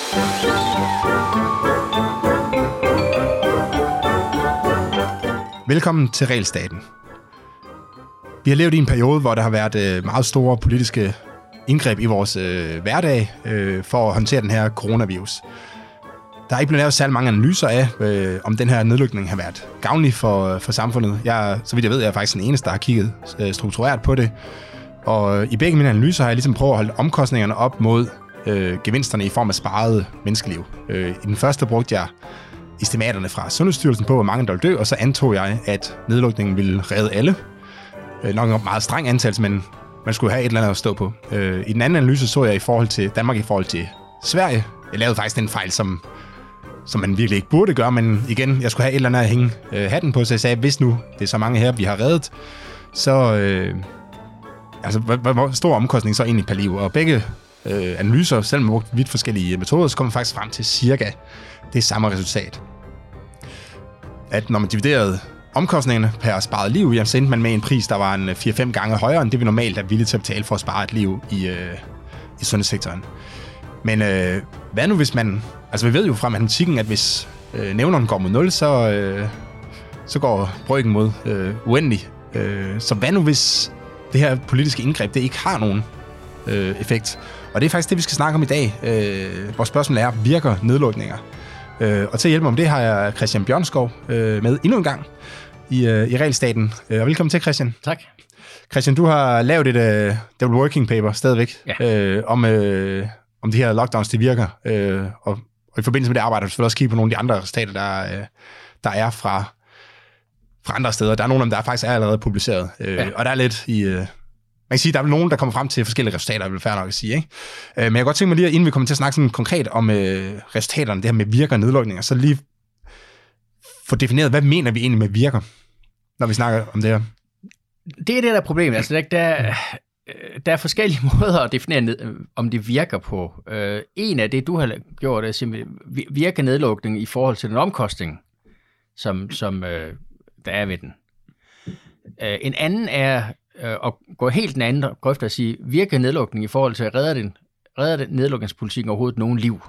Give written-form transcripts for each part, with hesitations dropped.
Velkommen til Regelstaten. Vi har levet i en periode, hvor der har været meget store politiske indgreb i vores hverdag for at håndtere den her coronavirus. Der er ikke blevet lavet særlig mange analyser af, om den her nedlukning har været gavnlig for samfundet. Så vidt jeg ved, jeg er faktisk den eneste, der har kigget struktureret på det. Og i begge mine analyser har jeg ligesom prøvet at holde omkostningerne op mod gevinsterne i form af sparede menneskeliv. I den første brugte jeg estimaterne fra Sundhedsstyrelsen på, hvor mange der ville dø, og så antog jeg, at nedlukningen ville redde alle. Nok en meget streng antagelse, men man skulle have et eller andet at stå på. I den anden analyse så jeg i forhold til Danmark i forhold til Sverige. Jeg lavede faktisk den fejl, som man virkelig ikke burde gøre, men igen, jeg skulle have et eller andet at hænge hatten på, så jeg sagde, hvis nu det er så mange her, vi har reddet, så hvor stor omkostning så egentlig per liv. Og begge analyser, selvom man brugte vidt forskellige metoder, så kommer man faktisk frem til cirka det samme resultat. At når man dividerede omkostningerne per sparet liv, så endte man med en pris, der var en 4-5 gange højere, end det vi normalt er villige til at betale for at spare et liv i sundhedssektoren. Men hvad nu hvis man... Altså vi ved jo fra matematikken, at hvis nævneren går mod 0, så går brøken mod uendelig. Så hvad nu hvis det her politiske indgreb, det ikke har nogen effekt? Og det er faktisk det, vi skal snakke om i dag. Vores spørgsmål er, virker nedlukninger? Og til at hjælpe om det har jeg Christian Bjørnskov med endnu en gang i Regelstaten. Og velkommen til, Christian. Tak. Christian, du har lavet et double working paper stadigvæk om de her lockdowns, de virker. Og i forbindelse med det arbejder du selvfølgelig også kigge på nogle af de andre resultater, der er fra andre steder. Der er nogle af dem, der faktisk er allerede publiceret. Og der er lidt i... Man kan sige, der er nogen, der kommer frem til forskellige resultater, det er vel fair nok at sige, ikke? Men jeg kan godt tænke mig lige, inden vi kommer til at snakke sådan konkret om resultaterne, det her med virker og nedlukninger, så lige få defineret, hvad mener vi egentlig med virker, når vi snakker om det her? Det er det, der er problemet. Altså, der er forskellige måder at definere, om det virker på. En af det, du har gjort, er simpelthen virker nedlukning i forhold til den omkostning, som der er ved den. En anden er at gå helt den anden grøft og sige, virker nedlukning i forhold til at redde nedlukningspolitikken overhovedet nogen liv.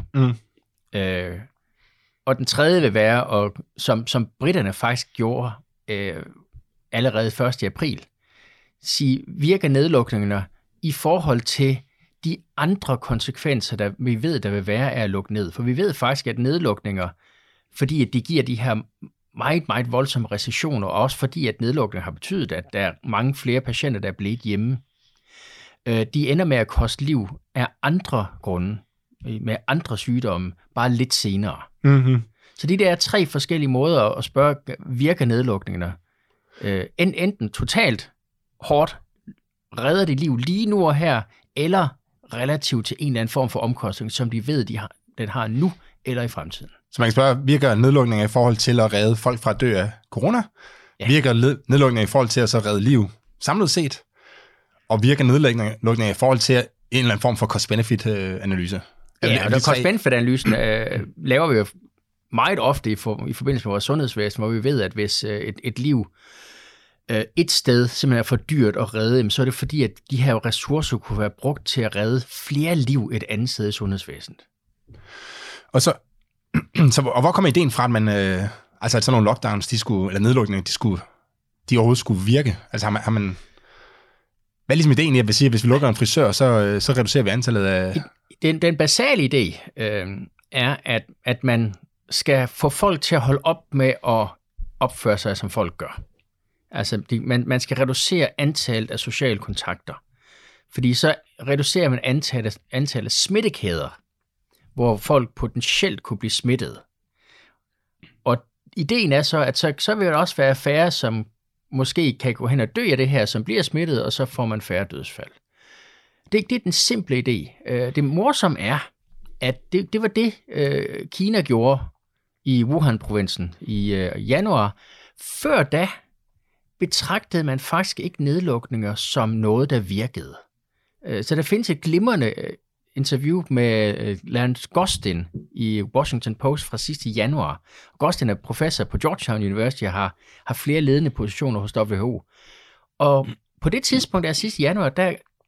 Og den tredje vil være, som britterne faktisk gjorde allerede 1. april, sige, virker nedlukningerne i forhold til de andre konsekvenser, der vi ved, der vil være af at lukke ned. For vi ved faktisk, at nedlukninger, fordi at de giver de her meget, meget voldsomme recessioner, og også fordi, at nedlukningen har betydet, at der er mange flere patienter, der er blevet hjemme. De ender med at koste liv af andre grunde, med andre sygdomme, bare lidt senere. Mm-hmm. Så de der er 3 forskellige måder at spørge, virker nedlukningerne? Enten totalt hårdt, redder det liv lige nu og her, eller relativt til en eller anden form for omkostning, som de ved, den har nu eller i fremtiden. Så man kan spørge, virker nedlukninger i forhold til at redde folk fra at dø af corona? Ja. Virker nedlukninger i forhold til at så redde liv samlet set? Og virker nedlukninger i forhold til en eller anden form for cost-benefit-analyse? Ja, og cost-benefit-analysen laver vi jo meget ofte i forbindelse med vores sundhedsvæsen, hvor vi ved, at hvis et liv et sted simpelthen er for dyrt at redde, så er det fordi, at de her ressourcer kunne være brugt til at redde flere liv et andet sted i sundhedsvæsenet. Og hvor kommer ideen fra, at man, at sådan nogle lockdowns, eller nedlukninger, de overhovedet skulle virke? Altså har man... Hvad er ligesom ideen i at sige, at hvis vi lukker en frisør, så reducerer vi antallet af... Den basale idé er, at man skal få folk til at holde op med at opføre sig, som folk gør. Altså, man skal reducere antallet af sociale kontakter. Fordi så reducerer man antallet af smittekæder, hvor folk potentielt kunne blive smittet. Og ideen er så, at så vil der også være færre, som måske kan gå hen og dø af det her, som bliver smittet, og så får man færre dødsfald. Det er den simple idé. Det morsomme er, at det var det, Kina gjorde i Wuhan-provinsen i januar. Før da betragtede man faktisk ikke nedlukninger som noget, der virkede. Så der findes et glimrende interview med Lance Gostin i Washington Post fra sidste januar. Gostin er professor på Georgetown University og har flere ledende positioner hos WHO. Og på det tidspunkt, der sidste januar,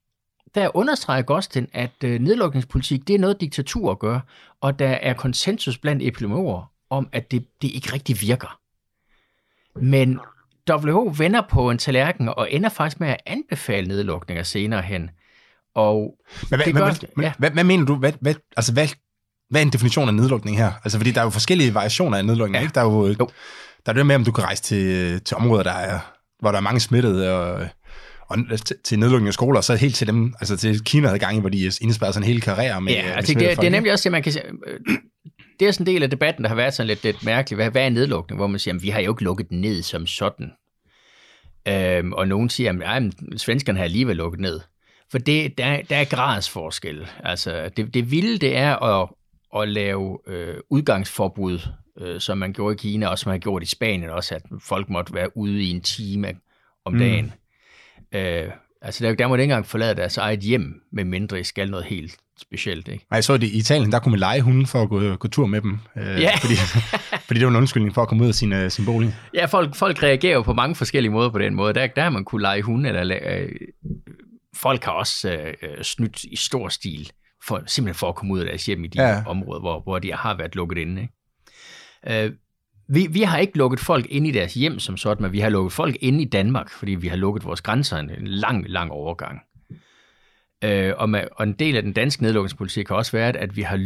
der understreger Gostin, at nedlukningspolitik, det er noget diktaturer gør, og der er konsensus blandt epidemiologer om, at det ikke rigtig virker. Men WHO vender på en tallerken og ender faktisk med at anbefale nedlukninger senere hen. Og hvad mener du? Hvad er en definition af nedlukning her? Altså, fordi der er jo forskellige variationer af nedlukning, ikke? Der er det med, om du kan rejse til områder, hvor der er mange smittede, og til nedlukning af skoler, og så helt til dem, altså til Kina havde gang i, hvor de indespærrede sådan en hel karriere med, altså det er nemlig også det, man kan sige. Det er sådan en del af debatten, der har været sådan lidt mærkeligt. Hvad er nedlukning? Hvor man siger, at vi har jo ikke lukket ned som sådan. Og nogen siger, at svenskerne har alligevel lukket ned. For der er gradsforskel. Altså, det vilde, det er at lave udgangsforbud, som man gjorde i Kina, og som man har gjort i Spanien også, at folk måtte være ude i en time om dagen. Altså, der må ikke engang forlade deres eget hjem, med mindre I skal noget helt specielt, ikke? Nej, så i Italien, der kunne man lege hunden for at gå tur med dem, fordi det var en undskyldning for at komme ud af sin bolig. Ja, folk reagerer jo på mange forskellige måder på den måde. Der har man kunne lege hunde, eller folk har også snydt i stor stil, simpelthen for at komme ud af deres hjem i de områder, hvor de har været lukket inde, ikke? Vi har ikke lukket folk ind i deres hjem som sådan, men vi har lukket folk ind i Danmark, fordi vi har lukket vores grænser en lang overgang. Og en del af den danske nedlukningspolitik har også været, at vi har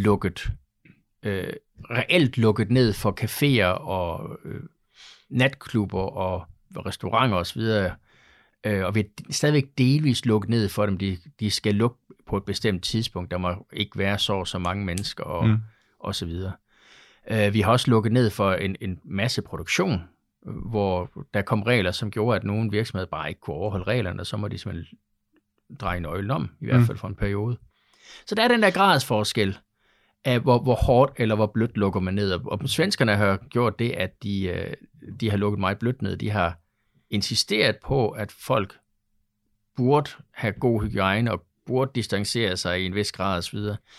reelt lukket ned for caféer og natklubber og restauranter osv., og vi har stadigvæk delvis lukket ned for dem. De skal lukke på et bestemt tidspunkt. Der må ikke være så mange mennesker og så videre. Vi har også lukket ned for en masse produktion, hvor der kom regler, som gjorde, at nogle virksomheder bare ikke kunne overholde reglerne, og så må de simpelthen dreje nøglen om, i hvert fald for en periode. Så der er den der gradsforskel af, hvor hårdt eller hvor blødt lukker man ned. Og svenskerne har gjort det, at de har lukket meget blødt ned. De har insisteret på, at folk burde have god hygiejne og burde distancere sig i en vis grad osv.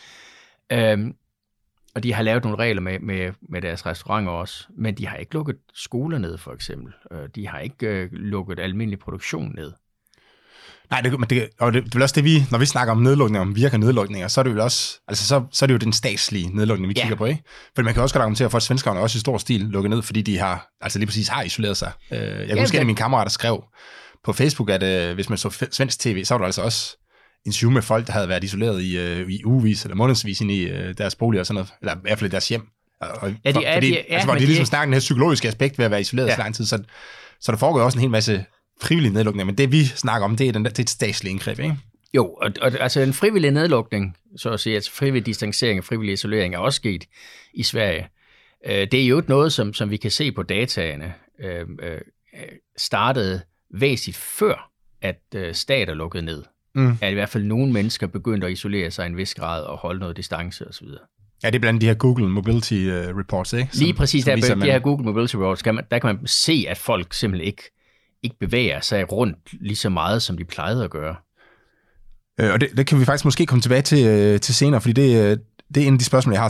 Og de har lavet nogle regler med deres restauranter også, men de har ikke lukket skoler ned, for eksempel. De har ikke lukket almindelig produktion ned. Nej, det er vel også det, når vi snakker om nedlukninger, om virker nedlukninger, så er det jo også, altså så er det jo den statslige nedlukning, vi kigger på, ikke? For man kan også godt argumentere for, at svenskerne også i stor stil lukket ned, fordi de lige præcis har isoleret sig. Jeg kan huske, at min kammerat skrev på Facebook, at hvis man så svensk tv, så var der altså også interview med folk, der havde været isoleret i ugevis eller månedsvis inde i deres bolig og sådan noget, eller i hvert fald i deres hjem. Hvor de ligesom snakker den her psykologiske aspekt ved at være isoleret så lang tid, så der foregår også en hel masse frivillige nedlukninger, men det vi snakker om, det er et statsligt indgreb, ikke? Jo, og altså en frivillig nedlukning, så at sige, altså frivillig distancering og frivillig isolering er også sket i Sverige. Det er jo ikke noget, som vi kan se på dataene, startede væsentligt før, at stater lukkede ned. At i hvert fald nogle mennesker begyndte at isolere sig i en vis grad og holde noget distance osv. Ja, det er blandt de her Google Mobility Reports, ikke? Lige præcis, de her Google Mobility Reports, der kan man se, at folk simpelthen ikke bevæger sig rundt lige så meget, som de plejede at gøre. Og det kan vi faktisk måske komme tilbage til senere, fordi det er en af de spørgsmål, jeg har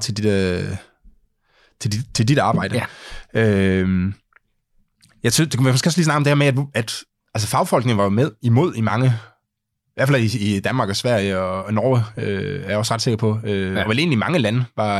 til dit arbejde. Ja. Jeg synes, det kan vi måske også lige snakke om det her med, at altså fagfolkene var jo med imod i mange, i hvert fald i Danmark og Sverige og Norge, er jeg også ret sikker på. Og vel egentlig mange lande var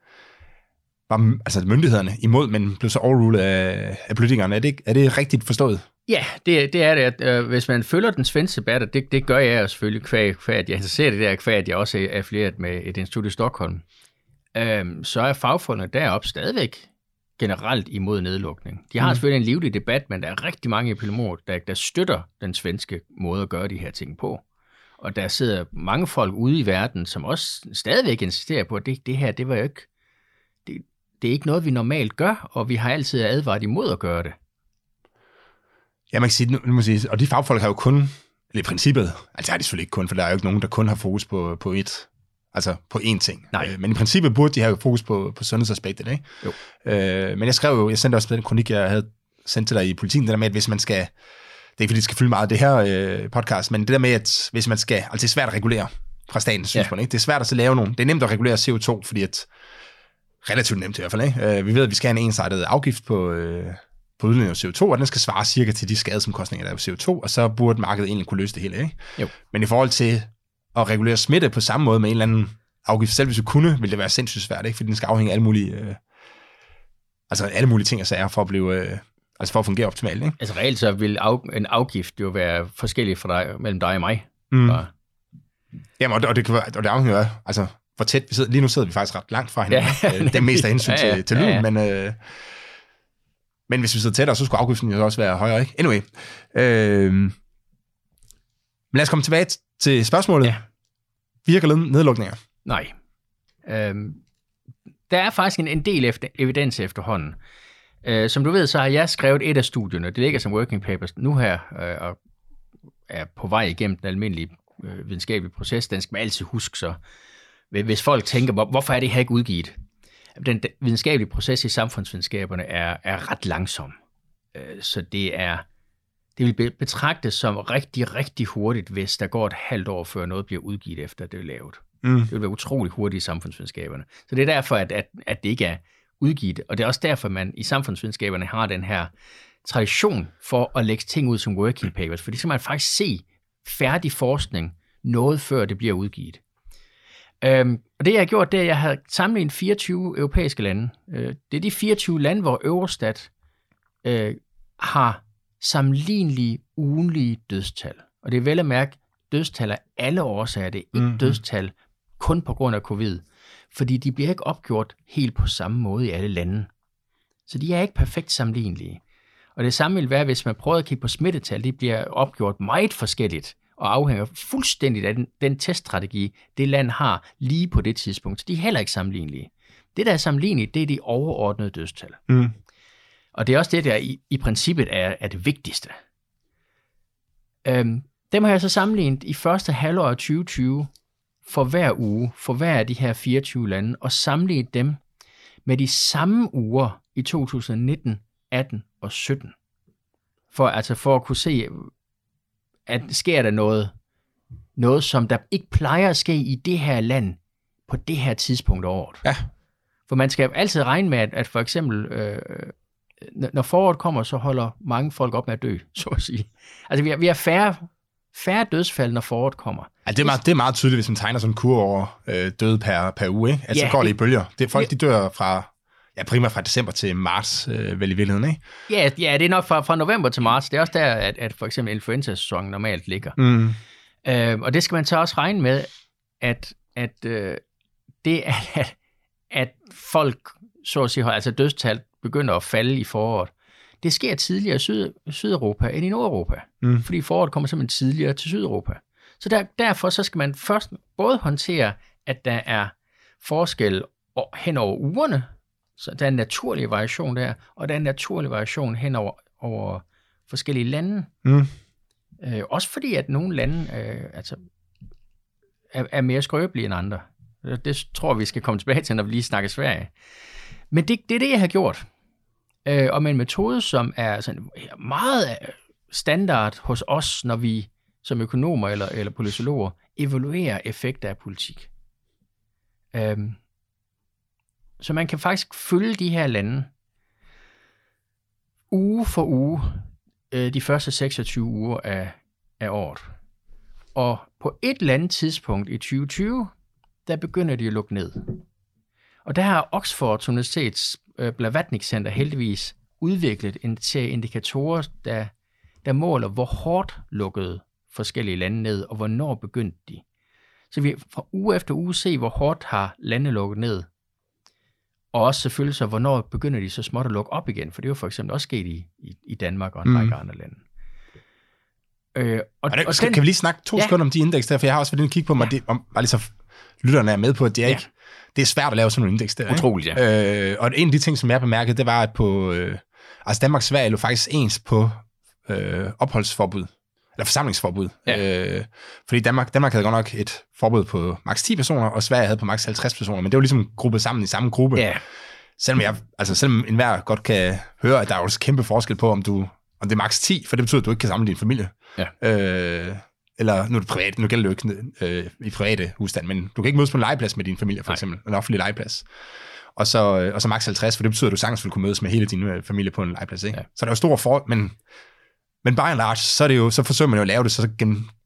altså myndighederne imod, men blev så overrulet af politikerne. Er det rigtigt forstået? Ja, det er det. Hvis man følger den svenske debat, det gør jeg jo selvfølgelig, kvæg at jeg interesserer det der, kvæg at jeg også er affilieret med et institut i Stockholm, så er fagfolkene deroppe stadigvæk generelt imod nedlukning. De har selvfølgelig en livlig debat, men der er rigtig mange epidemiologer, der støtter den svenske måde at gøre de her ting på. Og der sidder mange folk ude i verden, som også stadigvæk insisterer på, at det her, det var jo ikke, det er ikke noget, vi normalt gør, og vi har altid advaret imod at gøre det. Ja, man kan sige, nu må sige, og de fagfolk har jo kun, eller i princippet, altså har de selvfølgelig ikke kun, for der er jo ikke nogen, der kun har fokus på én ting. Men i princippet burde de have fokus på sundhedsaspektet, ikke? Jo. Men jeg sendte også den kronik, jeg havde sendt til dig i Politiken, det der med, at hvis man skal, det er ikke fordi, det skal fylde meget af det her podcast, men det der med, at hvis man skal, altså det er svært at regulere fra statens synspunkt, ikke? Det er svært at så lave det er nemt at regulere CO2, fordi at, relativt nemt i hvert fald, ikke? Vi ved, at vi skal have en ensartet afgift på udledning af CO2, og den skal svare cirka til de skadesomkostninger, der er på CO2, og så burde markedet egentlig kunne løse det hele, ikke? Jo. Men i forhold til at regulere smitte på samme måde med en eller anden afgift. Selv hvis vi kunne, ville det være sindssygt svært, ikke? Fordi den skal afhænge af alle mulige ting og sager for at blive... for at fungere optimalt, ikke? Altså reelt så vil en afgift jo være forskellig mellem dig og mig. Jamen, og det afhænger af, altså, hvor tæt vi sidder. Lige nu sidder vi faktisk ret langt fra hinanden. Det er mest af hensyn til lyden, men hvis vi sidder tættere, så skulle afgiften jo også være højere, ikke? Anyway. Men lad os komme tilbage til spørgsmålet. Ja. Virker nedlukninger? Nej. Der er faktisk en del evidens efterhånden. Som du ved, så har jeg skrevet et af studierne. Det ligger som working papers nu her, og er på vej igennem den almindelige videnskabelige proces. Den skal man altid huske så. Hvis folk tænker, hvorfor er det her ikke udgivet? Den videnskabelige proces i samfundsvidenskaberne er ret langsom. Så det vil betragtes som rigtig, rigtig hurtigt, hvis der går et halvt år, før noget bliver udgivet efter det er lavet. Det vil være utrolig hurtigt i samfundsvidenskaberne. Så det er derfor, at det ikke er udgivet. Og det er også derfor, man i samfundsvidenskaberne har den her tradition for at lægge ting ud som working papers. Fordi så kan man faktisk se færdig forskning noget før det bliver udgivet. Og det jeg har gjort, det er, at jeg har sammenlignet 24 europæiske lande. Det er de 24 lande, hvor Eurostat har sammenlignelige ugenlige dødstal. Og det er vel at mærke dødstal af alle årsager. Det er ikke dødstal kun på grund af covid. Fordi de bliver ikke opgjort helt på samme måde i alle lande. Så de er ikke perfekt sammenlignelige. Og det samme vil være, hvis man prøver at kigge på smittetal, de bliver opgjort meget forskelligt og afhænger fuldstændigt af den teststrategi, det land har lige på det tidspunkt. Så de er heller ikke sammenlignelige. Det, der er sammenligneligt, det er de overordnede dødstal. Og det er også det, der i princippet er det vigtigste. Dem har jeg så sammenlignet i første halvår af 2020 for hver uge, for hver af de her 24 lande, og sammenlignet dem med de samme uger i 2019, 18 og 17. For at kunne se, at sker der noget, som der ikke plejer at ske i det her land på det her tidspunkt af året. Ja. For man skal altid regne med, at for eksempel, når foråret kommer, så holder mange folk op med at dø, så at sige. Altså vi har færre dødsfald, når foråret kommer. Altså, det er meget tydeligt, hvis man tegner sådan en kurve over døde per uge, ikke? Altså, så går det i bølger. Folk, de dør primært fra december til marts, vel i virkeligheden, ikke? Ja, det er nok fra november til marts. Det er også der, at for eksempel influenza-sæsonen normalt ligger. Og det skal man så også regne med, at det er, at folk, så at sige, altså dødstal, begynder at falde i foråret. Det sker tidligere i Sydeuropa end i Nordeuropa, fordi foråret kommer simpelthen tidligere til Sydeuropa. Så derfor så skal man først både håndtere, at der er forskel hen over ugerne, så der er en naturlig variation der, og der er en naturlig variation hen over forskellige lande. Også fordi, at nogle lande er mere skrøbelige end andre. Det tror vi skal komme tilbage til, når vi lige snakker Sverige. Men det er det, jeg har gjort. Og med en metode, som er sådan meget standard hos os, når vi som økonomer eller politologer evaluerer effekter af politik. Så man kan faktisk følge de her lande uge for uge de første 26 uger af året. Og på et eller andet tidspunkt i 2020, der begynder de at lukke ned. Og der har Oxford Universitets Blavatnik Center heldigvis udviklet en serie indikatorer, der måler, hvor hårdt lukkede forskellige lande ned, og hvornår begyndte de. Så vi fra uge efter uge se, hvor hårdt har lande lukket ned. Og også selvfølgelig så, hvornår begynder de så småt at lukke op igen, for det er jo for eksempel også sket i Danmark og en række andre lande. Kan vi lige snakke 2 sekunder om de indeks der, for jeg har også været inde og kigge på mig, bare lige så lytterne er med på, at det er ikke... Det er svært at lave sådan nogle indeks der. Utroligt, ja. Og en af de ting, som jeg bemærkede, det var, at på... Danmark og Sverige lå faktisk ens på opholdsforbud, eller forsamlingsforbud. Ja. Fordi Danmark havde godt nok et forbud på maks 10 personer, og Sverige havde på maks 50 personer, men det var ligesom gruppet sammen i samme gruppe. Ja. Selvom enhver godt kan høre, at der er også kæmpe forskel på, om det er maks 10, for det betyder, at du ikke kan samle din familie. Ja. Eller nu er det privat, nu gælder det jo ikke i private husstand, men du kan ikke mødes på en legeplads med din familie, for eksempel. En offentlig legeplads. Og så maks 50, for det betyder, at du sagtens vil kunne mødes med hele din familie på en legeplads, ikke? Ja. Så der er jo stor men by and large, så forsøger man jo at lave det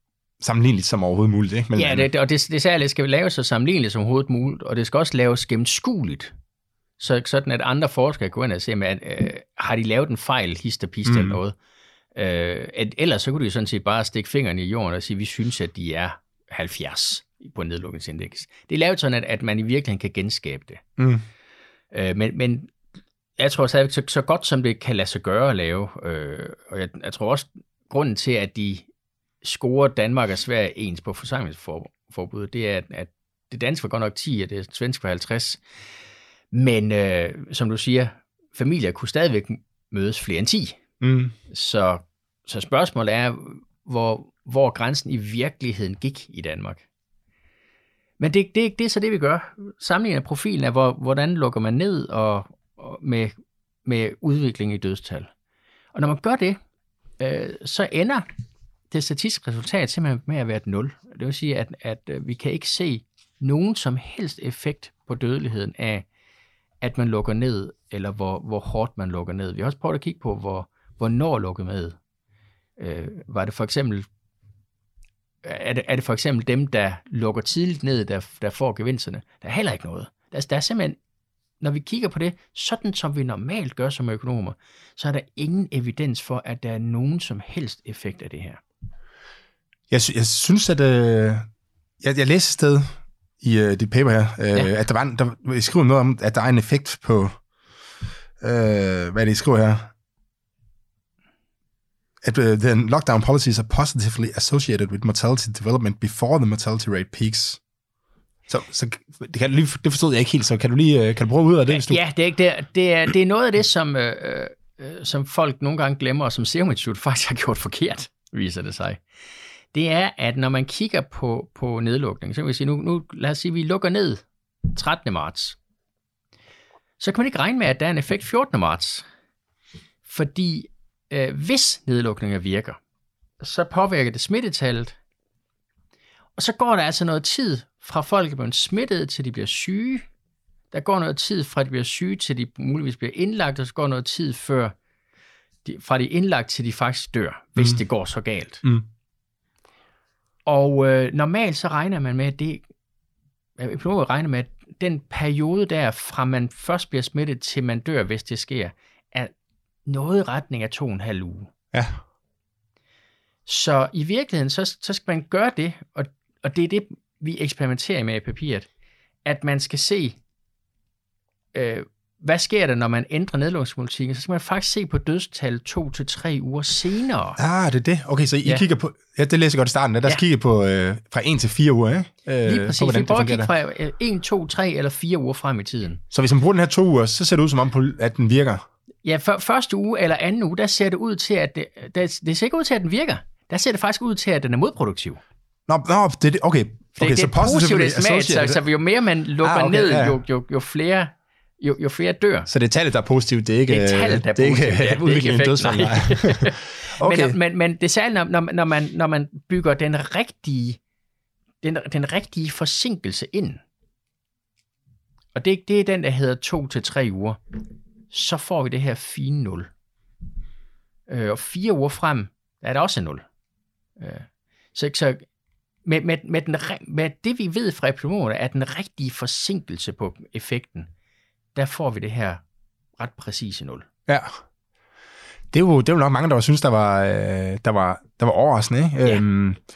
sammenligneligt som overhovedet muligt, ikke? Og det særligt skal laves så sammenligneligt som overhovedet muligt, og det skal også laves gennemskueligt, sådan at andre forskere kan gå ind og se, at har de lavet en fejl, hist og pist eller noget. Ellers så kunne de jo sådan set bare stikke fingrene i jorden og sige, at vi synes, at de er 70 på nedlukningsindeks. Det er lavet sådan, at man i virkeligheden kan genskabe det. Men jeg tror stadigvæk, så godt som det kan lade sig gøre at lave, og jeg tror også, grunden til, at de scorer Danmark og Sverige ens på forsamlingsforbuddet, det er, at det danske var godt nok 10, og det svenske var 50. Men som du siger, familier kunne stadigvæk mødes flere end 10. Så spørgsmålet er, hvor grænsen i virkeligheden gik i Danmark. Men det er så det, vi gør. Sammenligner profilen af, hvordan lukker man ned og med udvikling i dødstal. Og når man gør det, så ender det statistiske resultat simpelthen med at være et 0. Det vil sige, at vi kan ikke se nogen som helst effekt på dødeligheden af, at man lukker ned, eller hvor hårdt man lukker ned. Vi har også prøvet at kigge på, hvornår lukker med. Var det for eksempel, er det for eksempel dem, der lukker tidligt ned, der får gevinsterne? Der er heller ikke noget. Der er simpelthen, når vi kigger på det, sådan som vi normalt gør som økonomer, så er der ingen evidens for, at der er nogen som helst effekt af det her. Jeg synes, at jeg læste et sted i dit paper her, at der skriver noget om, at der er en effekt på, hvad er det, I skriver her? At the lockdown policies are positively associated with mortality development before the mortality rate peaks. Så det forstod jeg ikke helt, så kan du prøve ud af det? Hvis du... Ja, det er noget af det, som folk nogle gange glemmer, og som Serum Institut faktisk har gjort forkert, viser det sig. Det er, at når man kigger på nedlukning, så kan vi sige, nu lad os sige, at vi lukker ned 13. marts. Så kan man ikke regne med, at der er en effekt 14. marts. Fordi hvis nedlukninger virker, så påvirker det smittetallet. Og så går der altså noget tid fra folk er blevet smittet, til de bliver syge. Der går noget tid fra de bliver syge, til de muligvis bliver indlagt, og så går noget tid fra de er indlagt, til de faktisk dør, hvis det går så galt. Og normalt så regner man med, at den periode der, fra man først bliver smittet, til man dør, hvis det sker, er noget i retning af 2,5 uge. Ja. Så i virkeligheden, så skal man gøre det, og det er det, vi eksperimenterer med i papiret, at man skal se, hvad sker der, når man ændrer nedlukningspolitikken, så skal man faktisk se på dødstal 2 til 3 uger senere. Det er det. Okay, så I kigger på, det læser jeg godt i starten, der kigger på fra 1 til 4 uger, ikke? Lige præcis, vi prøver at kigge fra 1, 2, 3 eller 4 uger frem i tiden. Så hvis man bruger den her 2 uger, så ser det ud som om, at den virker? Ja, første uge eller anden uge, der ser det ud til, at det ser ikke ud til, at den virker. Der ser det faktisk ud til, at den er modproduktiv. Nå, det okay. Det så er positivt estimat, så jo mere man lukker ned, jo flere dør. Så det er tallet, der er positivt, det er ikke, det er tallet, der er positivt, det er ikke udviklingen af dødsfald. Okay. Men det er særligt, når man bygger den rigtige forsinkelse ind, og det er den, der hedder 2 til 3 uger, så får vi det her fine 0. Og 4 uger frem, der er der også 0. Så med det, vi ved fra epidemiologerne, er den rigtige forsinkelse på effekten, der får vi det her ret præcise 0. Ja. Det er jo nok mange, der synes, der var overraskende, ikke? Ja.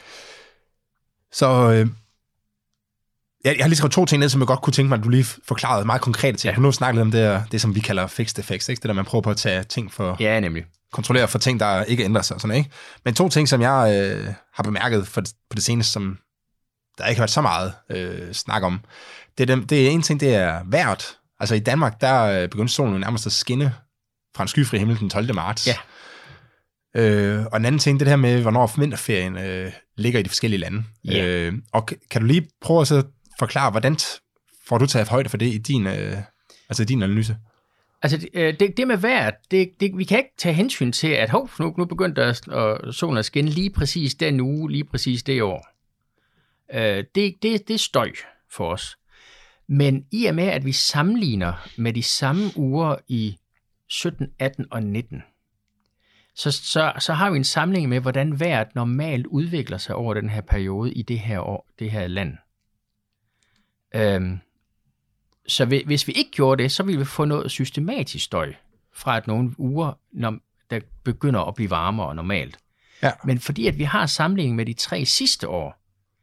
Jeg har lige skrevet 2 ting ned, som jeg godt kunne tænke mig, at du lige forklarede meget konkrete ting. Ja. Nu snakker lidt om det, som vi kalder fixed effects, ikke? Det der, man prøver på at tage ting for... Ja, nemlig. Kontrollere for ting, der ikke ændrer sig og sådan, ikke? Men 2 ting, som jeg har bemærket på det seneste, som der ikke har hørt så meget snak om. Det er en ting, det er vejret. Altså i Danmark, der begyndte solen nærmest at skinne fra en skyfri himmel den 12. marts. Ja. Og en anden ting, det her med, hvornår vinterferien ligger i de forskellige lande. Ja. Og kan du lige prøve at så forklare, hvordan får du taget højde for det i din analyse? Altså det med vejret, vi kan ikke tage hensyn til, at nu begyndte solen at skinne lige præcis den uge, lige præcis det år. Det er støj for os. Men i og med, at vi sammenligner med de samme uger i 17, 18 og 19, så har vi en samling med, hvordan vejret normalt udvikler sig over den her periode i det her land. Så hvis vi ikke gjorde det, så ville vi få noget systematisk støj fra at nogle uger, der begynder at blive varmere normalt. Ja. Men fordi at vi har sammenligning med de 3 sidste år,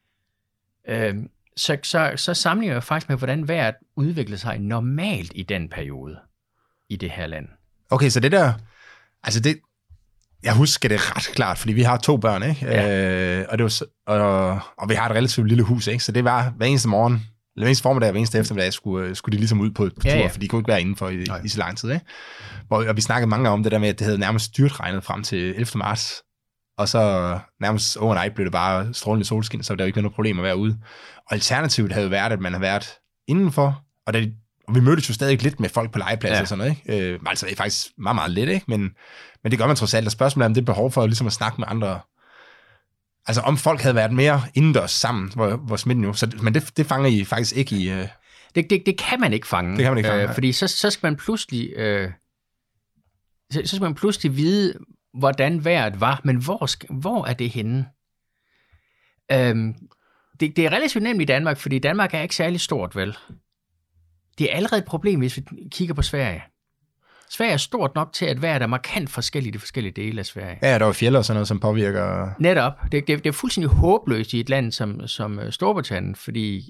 så sammenligner jeg faktisk med, hvordan vejret udvikler sig normalt i den periode i det her land. Okay, så det der, altså det, jeg husker det ret klart, fordi vi har 2 børn, ikke? Ja. Og vi har et relativt lille hus, ikke? Så det var hver eneste morgen, eller hver eneste formiddag og hver eneste eftermiddag, skulle de ligesom ud på tur, ja. for de kunne ikke være indenfor i så lang tid, ikke? Og vi snakkede mange om det der med, at det havde nærmest styrtregnet frem til 11. marts, og så nærmest overnight blev det bare strålende solskin, så der var ikke noget problem at være ude. Og alternativet havde været, at man havde været indenfor, og vi mødtes jo stadig lidt med folk på legepladser og sådan noget, ikke? Altså det er faktisk meget, meget lidt, ikke? Men det gør man trods alt. Og spørgsmålet er, om det er behov for ligesom at snakke med andre. Altså om folk havde været mere indendørs sammen, hvor smitten jo. Men det fanger I faktisk ikke i... Det kan man ikke fange. Det kan man ikke fange, fordi så skal man pludselig... så skal man pludselig vide, hvordan vejret var, men hvor er det henne? Det er relativt nemt i Danmark, fordi Danmark er ikke særlig stort, vel? Det er allerede et problem, hvis vi kigger på Sverige. Sverige er stort nok til, at vejret er markant forskelligt i de forskellige dele af Sverige. Ja, der var fjeld og sådan noget, som påvirker... Netop. Det er fuldstændig håbløst i et land som Storbritannien, fordi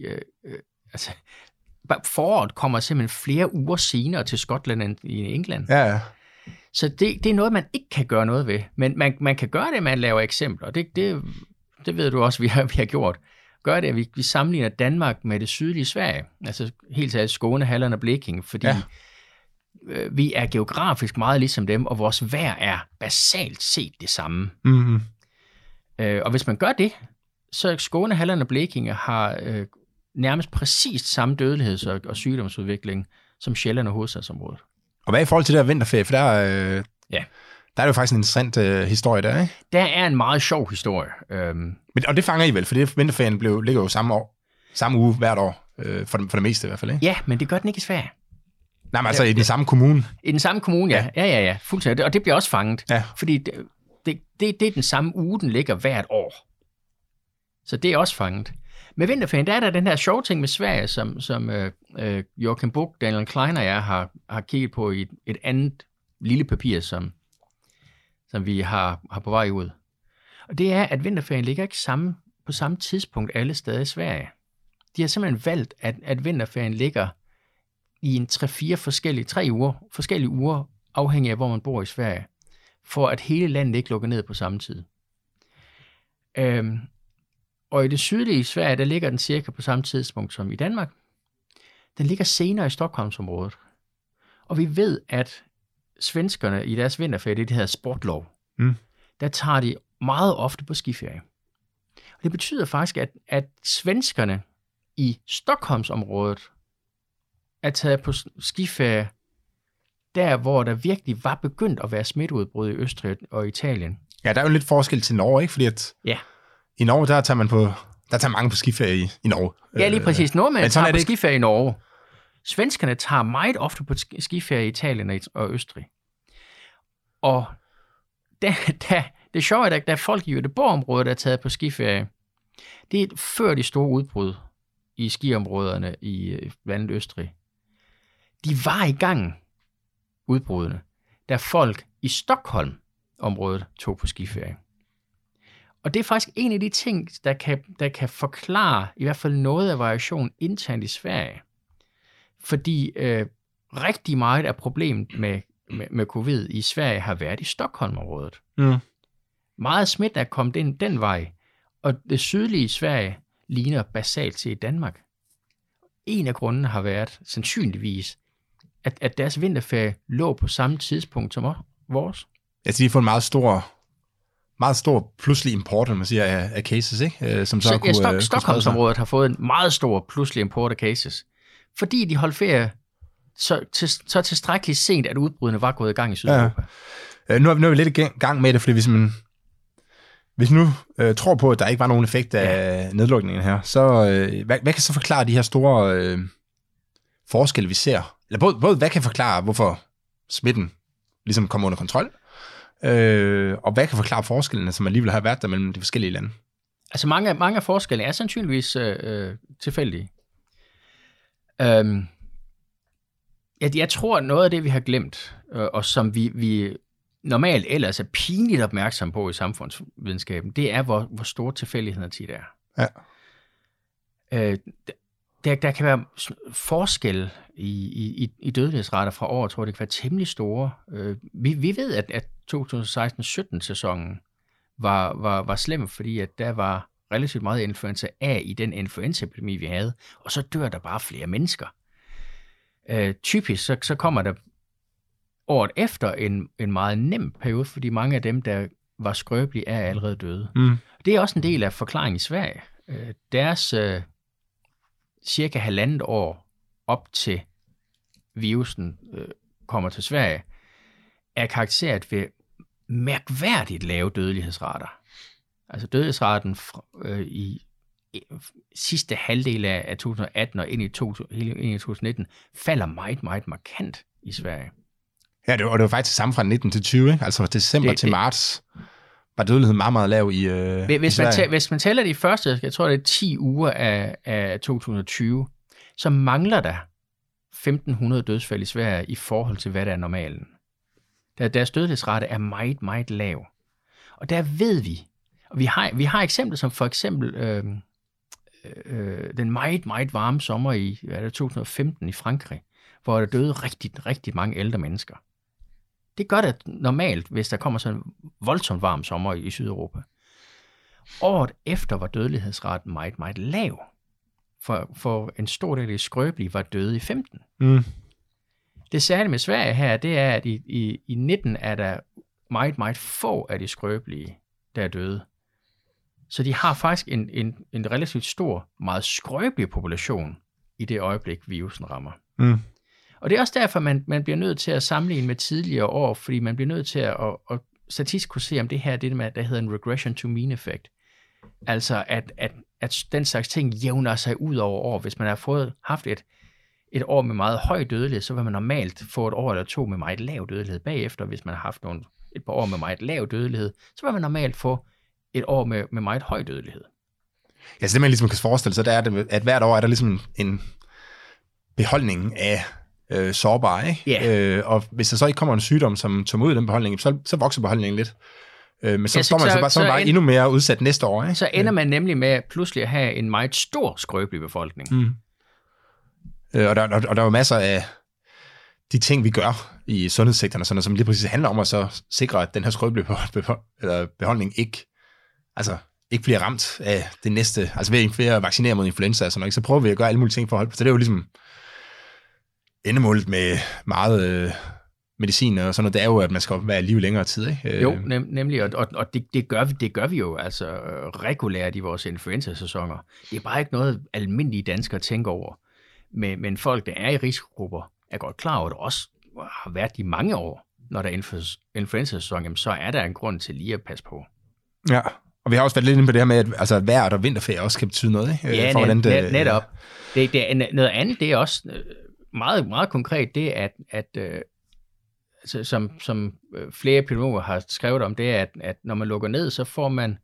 foråret kommer simpelthen flere uger senere til Skotland end i England. Ja. Så det er noget, man ikke kan gøre noget ved. Men man kan gøre det, man laver eksempler. Det ved du også, vi har gjort. Gør det, at vi sammenligner Danmark med det sydlige Sverige. Altså helt taget Skåne, Halland og Blekinge, fordi vi er geografisk meget ligesom dem, og vores vejr er basalt set det samme. Mm-hmm. Og hvis man gør det, så Skåne, Halland og Blekinge har nærmest præcis samme dødeligheds- og sygdomsudvikling som Sjælland og hovedstadsområdet. Og hvad i forhold til det her vinterferie? For der er jo faktisk en interessant historie der, ikke? Der er en meget sjov historie. Og det fanger I vel, for vinterferien ligger jo samme uge hvert år, for det meste i hvert fald, ikke? Ja, men det gør den ikke i Sverige. Nej, men altså i den samme kommune. I den samme kommune, ja. Ja, fuldstændig. Og det bliver også fanget, fordi det er den samme uge, den ligger hvert år. Så det er også fanget. Med vinterferien, der er der den her sjove ting med Sverige, som Joachim Buch, Daniel Klein og jeg har kigget på i et andet lille papir, som vi har på vej ud. Og det er, at vinterferien ligger ikke på samme tidspunkt alle steder i Sverige. De har simpelthen valgt, at vinterferien ligger i en 3-4 forskellige uger, afhængig af, hvor man bor i Sverige, for at hele landet ikke lukker ned på samme tid. Og i det sydlige Sverige, der ligger den cirka på samme tidspunkt som i Danmark. Den ligger senere i Stockholmsområdet. Og vi ved, at svenskerne i deres vinterferie, det hedder sportlov, der tager de meget ofte på skiferie. Og det betyder faktisk, at svenskerne i Stockholmsområdet er taget på skiferie der, hvor der virkelig var begyndt at være smitteudbrud i Østrig og Italien. Ja, der er jo lidt forskel til Norge, ikke? Fordi i Norge, der tager mange på skiferie i Norge. Ja, lige præcis. Nordmænd tager på skiferie i Norge. Svenskerne tager meget ofte på skiferie i Italien og Østrig. Og det sjove er, at der er folk i Göteborg-området, der er taget på skiferie. Det er før de store udbrud i skiområderne i blandt andet Østrig. De var i gang, udbrudene, da folk i Stockholm-området tog på skiferie. Og det er faktisk en af de ting, der kan forklare i hvert fald noget af variationen internt i Sverige. Fordi rigtig meget af problemet med covid i Sverige har været i Stockholm-området. Meget smitte er kommet den vej, og det sydlige Sverige ligner basalt til Danmark. En af grundene har været sandsynligvis, at deres vinterferie lå på samme tidspunkt som vores. Altså, de har fået en meget stor pludselig import, man siger, af cases, ikke? Som Stockholmsområdet har fået en meget stor pludselig import af cases, fordi de holdt ferie så tilstrækkeligt sent, at udbrudene var gået i gang i Sydeuropa. Ja. Nu er vi lidt i gang med det, fordi hvis nu tror på, at der ikke var nogen effekt af nedlukningen her, så hvad kan så forklare de her store forskelle, vi ser? Eller både hvad kan forklare, hvorfor smitten ligesom kommer under kontrol, Og hvad kan forklare forskellene, som alligevel har været der mellem de forskellige lande? Altså mange af forskellene er sandsynligvis tilfældige. Jeg tror, at noget af det, vi har glemt, og som vi normalt ellers er pinligt opmærksom på i samfundsvidenskaben, det er, hvor store tilfældigheder tit er. Ja. Der kan være forskel i dødelighedsrater fra år, jeg tror, det kan være temmelig store. Vi ved, at 2016-17 sæsonen var slem, fordi at der var relativt meget influenza A i den influenzaepidemi, vi havde, og så dør der bare flere mennesker. Typisk så kommer der året efter en meget nem periode, fordi mange af dem, der var skrøbelige, er allerede døde. Det er også en del af forklaringen i Sverige. Deres cirka 1,5 år op til virusen kommer til Sverige, er karakteriseret ved mærkværdigt lave dødelighedsrater. Altså dødelighedsraten i sidste halvdel af 2018 og ind i 2019 falder meget, meget markant i Sverige. Ja, det var faktisk samme fra 19 til 20, ikke? Altså fra december til marts var dødeligheden meget, meget lav i Sverige. Hvis man tæller de første, jeg tror det er 10 uger af 2020, så mangler der 1.500 dødsfald i Sverige i forhold til, hvad der er normalen. Deres dødelighedsrate er meget, meget lav. Og der ved vi, og vi har eksempler som for eksempel den meget, meget varme sommer i 2015 i Frankrig, hvor der døde rigtig, rigtig mange ældre mennesker. Det gør det normalt, hvis der kommer sådan en voldsomt varm sommer i Sydeuropa. Året efter var dødelighedsraten meget, meget lav. For en stor del af skrøbelige var døde i 15. Det særlige med Sverige her, det er, at i 19 er der meget, meget få af de skrøbelige, der er døde. Så de har faktisk en relativt stor, meget skrøbelig population i det øjeblik, virusen rammer. Og det er også derfor, man bliver nødt til at sammenligne med tidligere år, fordi man bliver nødt til at statistisk kunne se, om det her er det, der hedder en regression to mean effect. Altså, at den slags ting jævner sig ud over år. Hvis man har haft et år med meget høj dødelighed, så vil man normalt få et år eller to med meget lav dødelighed bagefter. Hvis man har haft et par år med meget lav dødelighed, så vil man normalt få et år med meget høj dødelighed. Ja, så det man ligesom kan forestille sig, det er, at hvert år er der ligesom en beholdning af sårbare, ikke? Yeah. Og hvis der så ikke kommer en sygdom, som ud af den beholdning, så vokser beholdningen lidt. Men så står man så bare endnu mere udsat næste år, ikke? Så ender man nemlig med pludselig at have en meget stor skrøbelig befolkning. Og der er jo masser af de ting, vi gør i sundhedssektoren, sådan, som lige præcis handler om at så sikre, at den her skrøbelige beholdning ikke bliver ramt af det næste, altså ved at vaccinere mod influenza og sådan noget, så prøver vi at gøre alle mulige ting for at holde på. Så det er jo ligesom endemålet med meget medicin og sådan noget, det er jo, at man skal være i live længere tid, ikke? Jo, nemlig, og det gør vi jo altså regulært i vores influenza-sæsoner. Det er bare ikke noget almindelige danskere tænker over. Men folk, der er i risikogrupper, er godt klar over, at det også har været i mange år, når der er influenza-sæson, jamen, så er der en grund til lige at passe på. Ja, og vi har også været lidt inde på det her med, at vejret og vinterferie også kan betyde noget, ikke? Ja, netop. Det er noget andet, det er også meget, meget konkret, det er, at som flere epidemiologer har skrevet om, det er, at når man lukker ned, så får man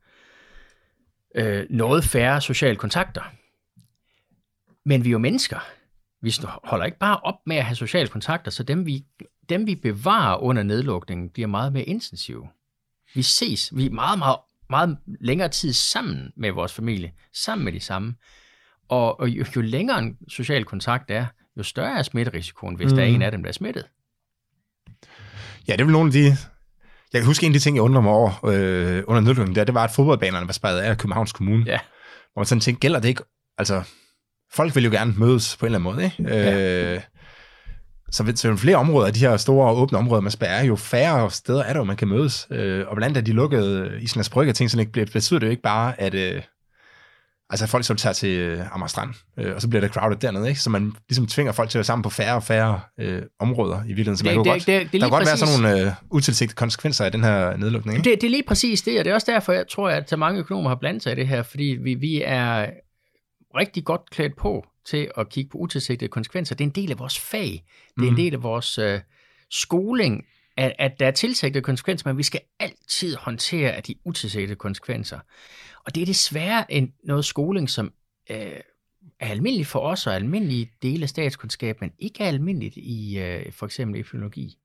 noget færre sociale kontakter. Men vi er jo mennesker. Vi holder ikke bare op med at have sociale kontakter, så dem vi bevarer under nedlukningen, bliver meget mere intensive. Vi ses, vi er meget, meget, meget længere tid sammen med vores familie, sammen med de samme. Og jo længere en social kontakt er, jo større er smitterisikoen, hvis der er en af dem, der er smittet. Ja, det er vel nogle af de... Jeg kan huske en af de ting, jeg undrer mig over under nedlukningen, det var, at fodboldbanerne var spadet af Københavns Kommune. Ja. Hvor man sådan tænkte, gælder det ikke... Altså, folk vil jo gerne mødes på en eller anden måde, ikke? Ja. Så jo flere områder af de her store åbne områder, man spærrer, jo færre steder er der, hvor man kan mødes. Og blandt andet de lukkede Islands Brygge og ting, så det betyder det jo ikke bare, at folk så tager til Amager Strand, og så bliver der crowded dernede, ikke? Så man ligesom tvinger folk til at være sammen på færre og færre områder i virkeligheden. Så der kan godt være sådan nogle utilsigtede konsekvenser af den her nedlukning, ikke? Det er lige præcis det, og det er også derfor, jeg tror, at så mange økonomer har blandet sig i det her, fordi vi er rigtig godt klædt på til at kigge på utilsigtede konsekvenser. Det er en del af vores fag. Det er en del af vores skoling at der er tilsigtede konsekvenser, men vi skal altid håndtere de utilsigtede konsekvenser. Og det er desværre noget skoling, som er almindeligt for os og almindelige dele af statskundskab, men ikke er almindeligt i for eksempel epidemiologi.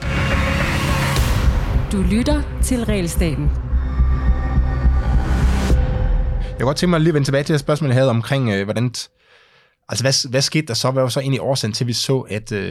Du lytter til Realstaten. Jeg kunne godt tænke mig lige at vende tilbage til det spørgsmål, jeg havde omkring, hvordan... Altså, hvad skete der så? Hvad var så egentlig årsagen til, at vi så,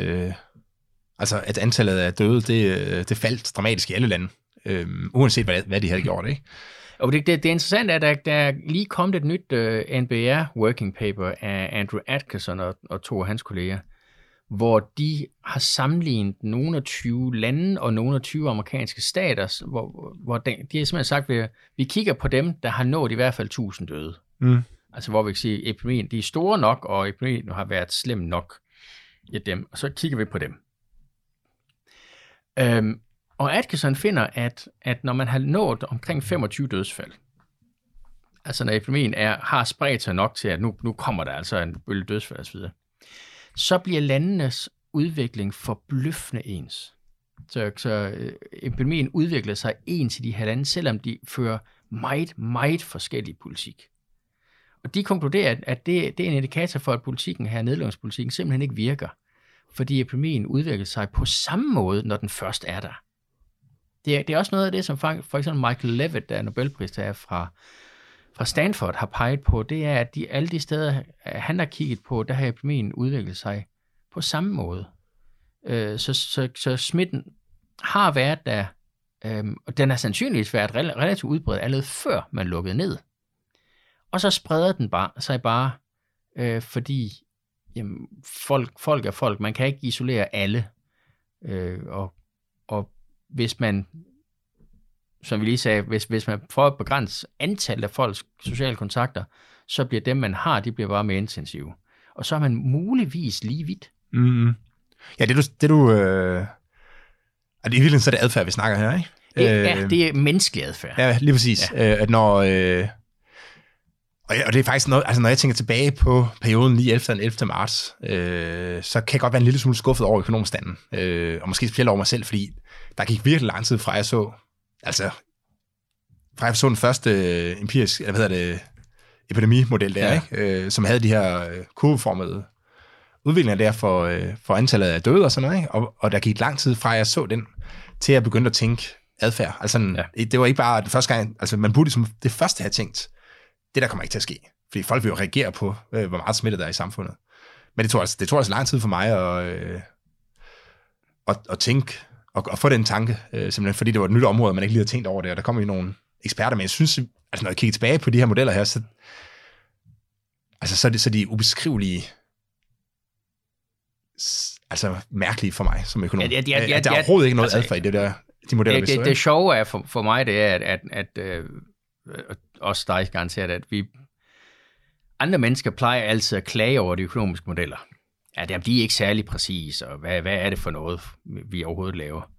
at antallet af døde, det faldt dramatisk i alle lande, uanset hvad de havde gjort, ikke? Og det er interessant, at der lige kom et nyt NBR-working paper af Andrew Atkinson og to af hans kolleger, hvor de har sammenlignet nogle af 20 lande og nogle af 20 amerikanske stater, hvor de har simpelthen sagt, at vi kigger på dem, der har nået i hvert fald 1000 døde. Mm. Altså hvor vi kan sige, at epidemien, de er store nok, og epidemien har været slem nok i dem, og så kigger vi på dem. Og Atkinson finder, at når man har nået omkring 25 dødsfald, altså når epidemien har spredt sig nok til, at nu kommer der altså en bølge dødsfald osv., så bliver landenes udvikling forbløffende ens. Så epidemien udvikler sig ens i de her lande, selvom de fører meget, meget forskellig politik. Og de konkluderer, at det er en indikator for, at politikken her, nedlukningspolitikken, simpelthen ikke virker, fordi epidemien udvikler sig på samme måde, når den først er der. Det er også noget af det, som for eksempel Michael Levitt, der er Nobelpristager fra Stanford, har peget på, det er, at alle de steder, han har kigget på, der har epidemien udviklet sig på samme måde. Så smitten har været der, og den har sandsynligvis været relativt udbredt allerede før man lukkede ned. Og så spreder den sig bare, fordi jamen, folk er folk. Man kan ikke isolere alle. Og hvis man, som vi lige sagde, hvis man prøver at begrænse antallet af folks sociale kontakter, så bliver dem, man har, de bliver bare mere intensive. Og så er man muligvis lige vidt. Mm-hmm. Ja, det du i virkeligheden så er det adfærd, vi snakker her, ikke? Det er menneskelig adfærd. Ja, lige præcis. Ja. At når... Og det er faktisk noget, altså når jeg tænker tilbage på perioden lige efter den 11. marts, så kan jeg godt være en lille smule skuffet over økonomstanden. Og måske specielt over mig selv, fordi der gik virkelig lang tid fra jeg så den første epidemimodel der, ja. Ikke? Som havde de her kurveformede udviklinger der for antallet af døde og sådan noget, ikke? Og der gik lang tid fra jeg så den, til jeg begyndte at tænke adfærd. Altså, det var ikke bare det første gang, altså man burde som det første have tænkt, det der kommer ikke til at ske. Fordi folk vil jo reagere på, hvor meget smitte der er i samfundet. Men det tog altså lang tid for mig at tænke, og få den tanke, simpelthen fordi det var et nyt område, man ikke lige havde tænkt over det, og der kommer jo nogle eksperter, men jeg synes, altså når jeg kigger tilbage på de her modeller her, så er de ubeskrivelige, altså mærkelige for mig som økonom. Der er overhovedet ikke noget adfærd i det der, de modeller, det sjove er for mig, det er, at også dig garanteret, at andre mennesker plejer altid at klage over de økonomiske modeller. Ja, de er ikke særlig præcise, og hvad er det for noget, vi overhovedet laver?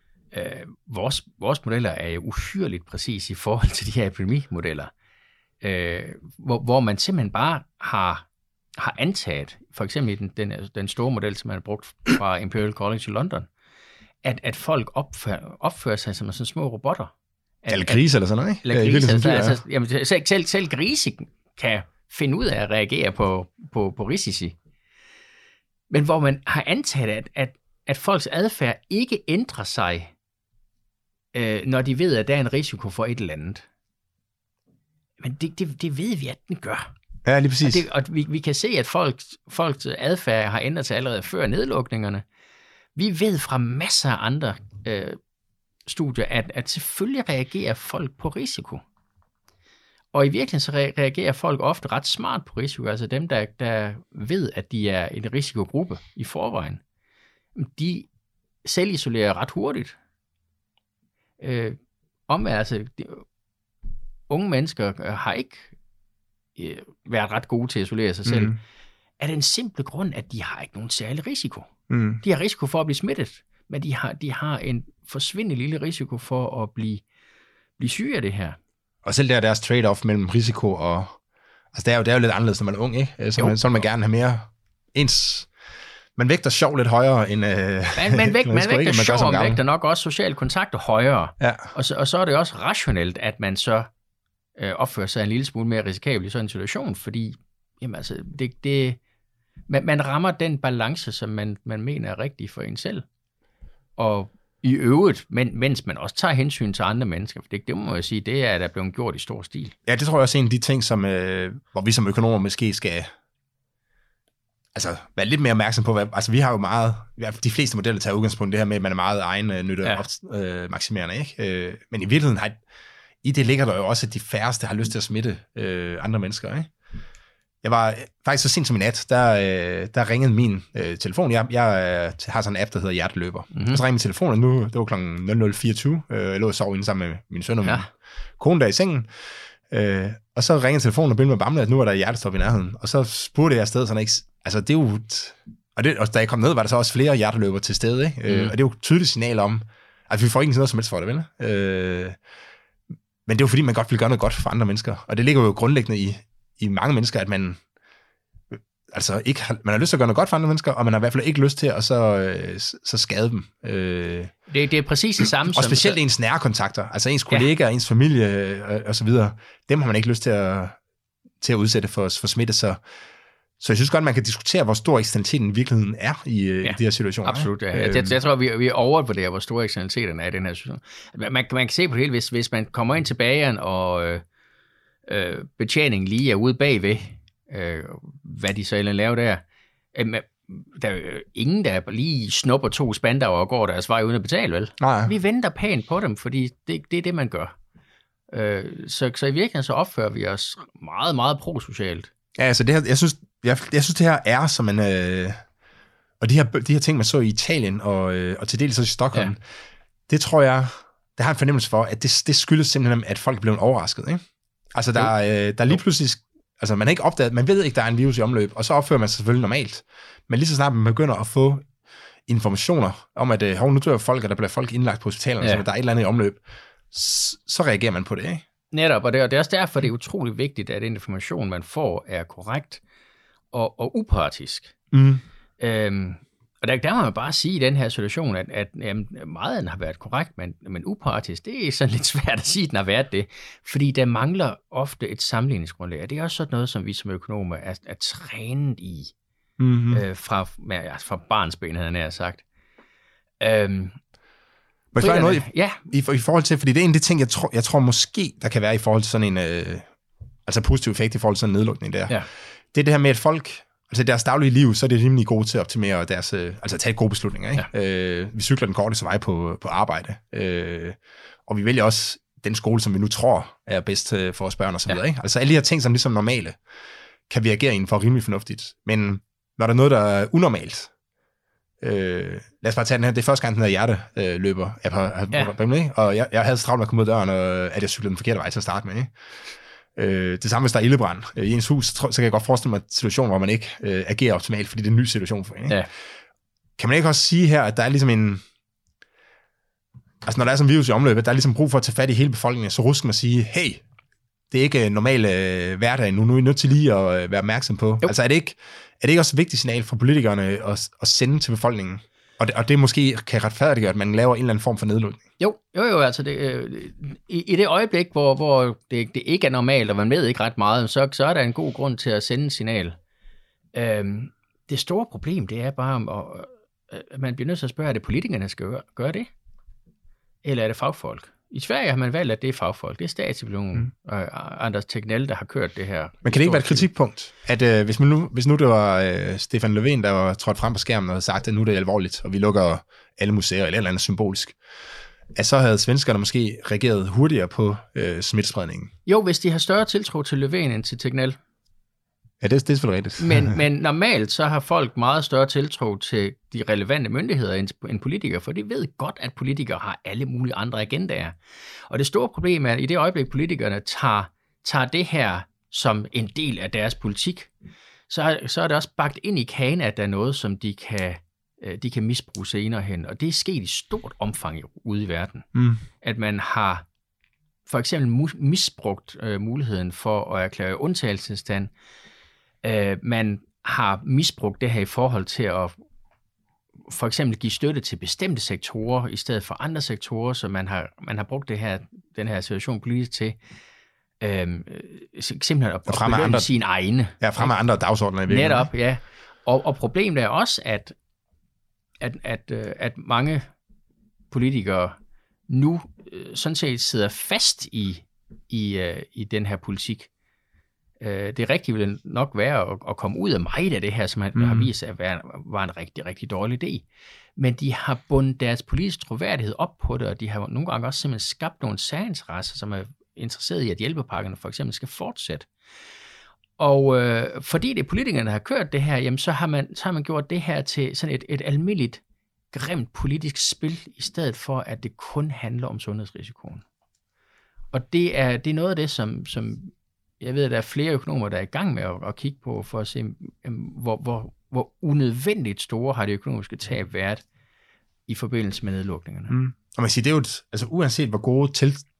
Vores modeller er jo uhyrligt præcise i forhold til de her epidemimodeller, hvor man simpelthen bare har antaget, for eksempel den store model, som man har brugt fra Imperial College i London, at folk opfører sig som sådan små robotter. Eller grise eller sådan noget, ikke? Eller grise, jamen, selv grise kan finde ud af at reagere på risici. Men hvor man har antaget, at folks adfærd ikke ændrer sig, når de ved, at der er en risiko for et eller andet. Men det ved vi, at den gør. Ja, lige præcis. Og vi kan se, at folks adfærd har ændret sig allerede før nedlukningerne. Vi ved fra masser af andre studier, at selvfølgelig reagerer folk på risiko. Og i virkeligheden så reagerer folk ofte ret smart på risiko. Altså dem, der ved, at de er en risikogruppe i forvejen, de selvisolerer ret hurtigt. Unge mennesker har ikke været ret gode til at isolere sig selv. Af den simple grund, at de har ikke nogen særlig risiko. De har risiko for at blive smittet, men de har en forsvindende lille risiko for at blive syge af det her. Og selv der deres trade-off mellem risiko og... Altså det er jo lidt anderledes, når man er ung, ikke? Så vil man gerne have mere ens man vægter sjov lidt højere end... Man vægter sjov, man vægter nok også sociale kontakter højere. Ja. Og så er det også rationelt, at man så opfører sig en lille smule mere risikabel i sådan en situation, fordi jamen, altså, man rammer den balance, som man mener er rigtig for en selv. Og i øvrigt, mens man også tager hensyn til andre mennesker, for det må jeg sige, det er der blevet gjort i stor stil. Ja, det tror jeg også er en af de ting, som, hvor vi som økonomer måske skal være lidt mere opmærksom på. Altså, vi har jo meget... De fleste modeller tager udgangspunkt det her med, at man er meget egen maksimerende, ikke? Men i virkeligheden i det ligger der jo også, at de færreste har lyst til at smitte andre mennesker, ikke? Jeg var faktisk så sent som i nat, der ringede min telefon. Jeg har sådan en app, der hedder Hjerteløber. Mm-hmm. Så ringede min telefon, og nu, det var klokken 00.24. Jeg lå og sov inde sammen med min søn og min kone der i sengen. Og så ringede telefonen og begyndte med bamle, at nu er der hjertestop i nærheden. Og så spurgte jeg afsted, sådan ikke... Altså, det er jo... Og da jeg kom ned, var der så også flere hjerteløber til stede, ikke? Og det er jo et tydeligt signal om, at vi får ikke noget som helst for det, vel? Men det er jo fordi, man godt vil gøre noget godt for andre mennesker. Og det ligger jo grundlæggende i mange mennesker, at man har lyst til at gøre noget godt for andre mennesker, og man har i hvert fald ikke lyst til at så skade dem. Det er præcis det samme. Og specielt ens nære kontakter, altså ens kollegaer, ens familie og så videre, dem har man ikke lyst til at udsætte for smitte. Så jeg synes godt, man kan diskutere, hvor stor eksternaliteten i virkeligheden er i de her situationer. Absolut, ja. Jeg tror, vi er overvurderet, hvor store eksternaliteterne er i den her situation. Man kan se på det hele, hvis man kommer ind til bageren, og betjeningen lige er ude bagved, hvad de så ellers laver der. Der er jo ingen, der lige snupper 2 spandauer og går deres vej uden at betale, vel? Nej. Vi venter pænt på dem, fordi det er det, man gør. Så i virkeligheden så opfører vi os meget, meget prosocialt. Ja, altså det her, jeg synes det her er som en... og de her ting, man så i Italien og til dels også i Stockholm, det tror jeg, der har en fornemmelse for, at det skyldes simpelthen, at folk er blevet overrasket, ikke? Altså der er lige pludselig... Altså, man har ikke opdaget, man ved ikke, der er en virus i omløb, og så opfører man sig selvfølgelig normalt. Men lige så snart man begynder at få informationer om, at nu dør folk, og der bliver folk indlagt på hospitalerne, så der er et eller andet i omløb, så reagerer man på det, ikke? Netop, og det er også derfor, det er utrolig vigtigt, at information, man får, er korrekt og upartisk. Mm. Og der må man bare sige i den her situation, at meget af den har været korrekt, men upartisk, det er sådan lidt svært at sige, at den har været det, fordi der mangler ofte et sammenligningsgrundlag, og det er også sådan noget, som vi som økonomer er trænet i, fra barnsben, havde jeg nær sagt. Noget i forhold til, fordi det er en af de ting, jeg tror måske, der kan være i forhold til sådan en positiv effekt i forhold til sådan en nedlukning der. Ja. Det er det her med, at folk... Altså deres daglige liv, så er det rimelig gode til at optimere deres, tage gode beslutninger, ikke? Ja. Vi cykler den korteste vej på arbejde, og vi vælger også den skole, som vi nu tror er bedst for vores børn og så videre, ikke? Altså alle de her ting, som ligesom normale, kan vi agere inden for rimelig fornuftigt. Men når der er noget, der er unormalt, lad os bare tage den her, det er første gang, den her hjerteløber og jeg havde så travlt med at komme ud af døren, og at jeg cyklede den forkerte vej til at starte med, ikke? Det samme, hvis der er ildebrand i ens hus, så kan jeg godt forestille mig en situation, hvor man ikke agerer optimalt, fordi det er en ny situation for en. Ikke? Ja. Kan man ikke også sige her, at der er ligesom en... Altså, når der er sådan en virus i omløbet, der er ligesom brug for at tage fat i hele befolkningen, så rusk man at sige, hey, det er ikke normal hverdag nu er I nødt til lige at være opmærksom på. Jo. Altså, er det ikke også et vigtigt signal for politikerne at sende til befolkningen? Og det måske kan retfærdiggøre, at man laver en eller anden form for nedlukning. Jo, altså i det øjeblik, hvor det ikke er normalt, og man ved ikke ret meget, så er der en god grund til at sende et signal. Det store problem, det er bare, at man bliver nødt til at spørge, er det politikerne, der skal gøre det? Eller er det fagfolk? I Sverige har man valgt, at det er fagfolk. Det er statsepidemiologen og Anders Tegnell, der har kørt det her. Men kan det ikke være et kritikpunkt, at hvis nu det var Stefan Löfven, der var trådt frem på skærmen og havde sagt, at nu er det alvorligt, og vi lukker alle museer eller et eller andet symbolisk, at så havde svenskerne måske reageret hurtigere på smittespredningen? Jo, hvis de har større tiltro til Löfven end til Tegnell. Ja, det er selvfølgelig rigtigt. Men normalt så har folk meget større tiltro til de relevante myndigheder end politikere, for de ved godt, at politikere har alle mulige andre agendaer. Og det store problem er, at i det øjeblik, politikerne tager det her som en del af deres politik, så er det også bagt ind i kagen, at der er noget, som de kan misbruge senere hen. Og det er sket i stort omfang ude i verden. At man har for eksempel misbrugt muligheden for at erklære undtagelsestilstand. Man har misbrugt det her i forhold til for eksempel give støtte til bestemte sektorer i stedet for andre sektorer, så man har brugt den her situation politisk til simpelthen at belønne sine egne. Ja, frem med andre dagsordner i virkeligheden. Netop, ja. Og problemet er også, at mange politikere nu sådan set sidder fast i den her politik. Det rigtige ville nok være at komme ud af meget af det her, som har vist sig at var en rigtig, rigtig dårlig idé. Men de har bundet deres politiske troværdighed op på det, og de har nogle gange også simpelthen skabt nogle særinteresser, som er interesseret i, at hjælpepakkerne for eksempel skal fortsætte. Og fordi det er politikerne, der har kørt det her, jamen, så har man gjort det her til sådan et almindeligt, grimt politisk spil, i stedet for, at det kun handler om sundhedsrisikoen. Og det er noget af det, som jeg ved, at der er flere økonomer, der er i gang med at kigge på, for at se, hvor unødvendigt store har det økonomiske tab været i forbindelse med nedlukningerne. Mm. Og man siger, det er jo altså uanset hvor gode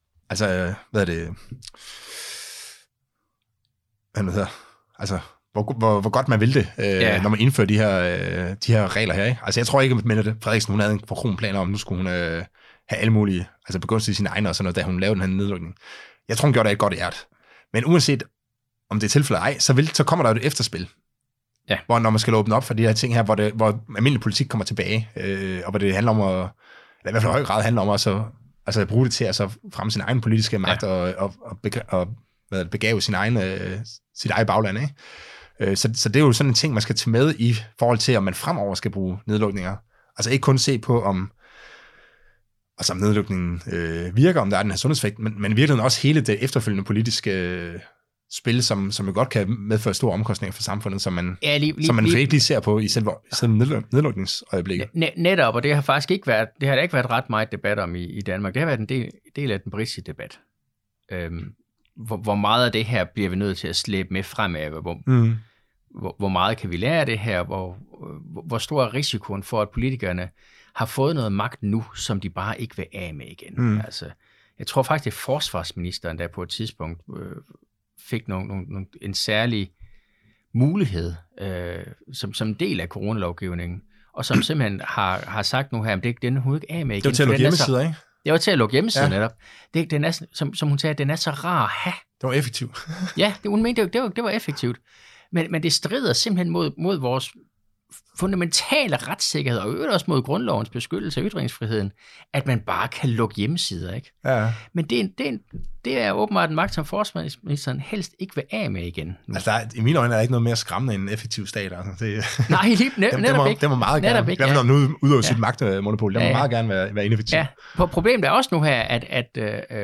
hvor godt man vil det, når man indfører de her regler her. Ikke? Altså jeg tror ikke, at Mette Frederiksen, hun havde en forkronplan om, nu skulle hun have alle mulige, altså begunstige sine egne og sådan noget, da hun lavede den her nedlukning. Jeg tror, hun gjorde det et godt hjerte. Men uanset om det er tilfældet ej, så kommer der jo et efterspil. Ja. Hvor når man skal åbne op for de her ting her, hvor almindelig politik kommer tilbage, og hvor det handler om eller i hvert fald i høj grad handler om at bruge det til at fremme sin egen politiske magt og begave sit eget bagland. Ikke? Så det er jo sådan en ting, man skal tage med i forhold til, om man fremover skal bruge nedlukninger. Altså ikke kun se på, om nedlukningen virker, om der er den her sundhedseffekt, men virkelig også hele det efterfølgende politiske spil, som jo godt kan medføre store omkostninger for samfundet, som man virkelig ser på i selve nedlukningsøjeblikket. Netop, og det har faktisk ikke været, det har ikke været ret meget debat om i Danmark. Det har været en del af den britiske debat. Hvor meget af det her bliver vi nødt til at slæbe med fremad? Hvor meget kan vi lære af det her? Hvor stor er risikoen for, at politikerne har fået noget magt nu, som de bare ikke vil af med igen? Altså, jeg tror faktisk, at forsvarsministeren der på et tidspunkt fik en særlig mulighed som del af coronalovgivningen, og som simpelthen har sagt nu her, at det er den ikke af med igen. Det var til at lukke hjemmesider, ikke? Det var til at lukke hjemmesider netop. Den er, som hun sagde, den er så rar at have. Det var effektivt. Ja, hun mente, det var effektivt. Men det strider simpelthen mod vores fundamentale retssikkerhed, og øvrigt også mod grundlovens beskyttelse af ytringsfriheden, at man bare kan lukke hjemmesider, ikke? Ja. Men det er åbenbart en magt, som forsvarsministeren helst ikke vil af med igen. Altså, i mine øjne er der ikke noget mere skræmmende end en effektiv stat. Altså. Nej, netop ikke. Det må meget gerne. I hvert fald, når man udøver sit magtmonopol, det må meget gerne være ineffektivt. Ja. Problemet er også nu her, at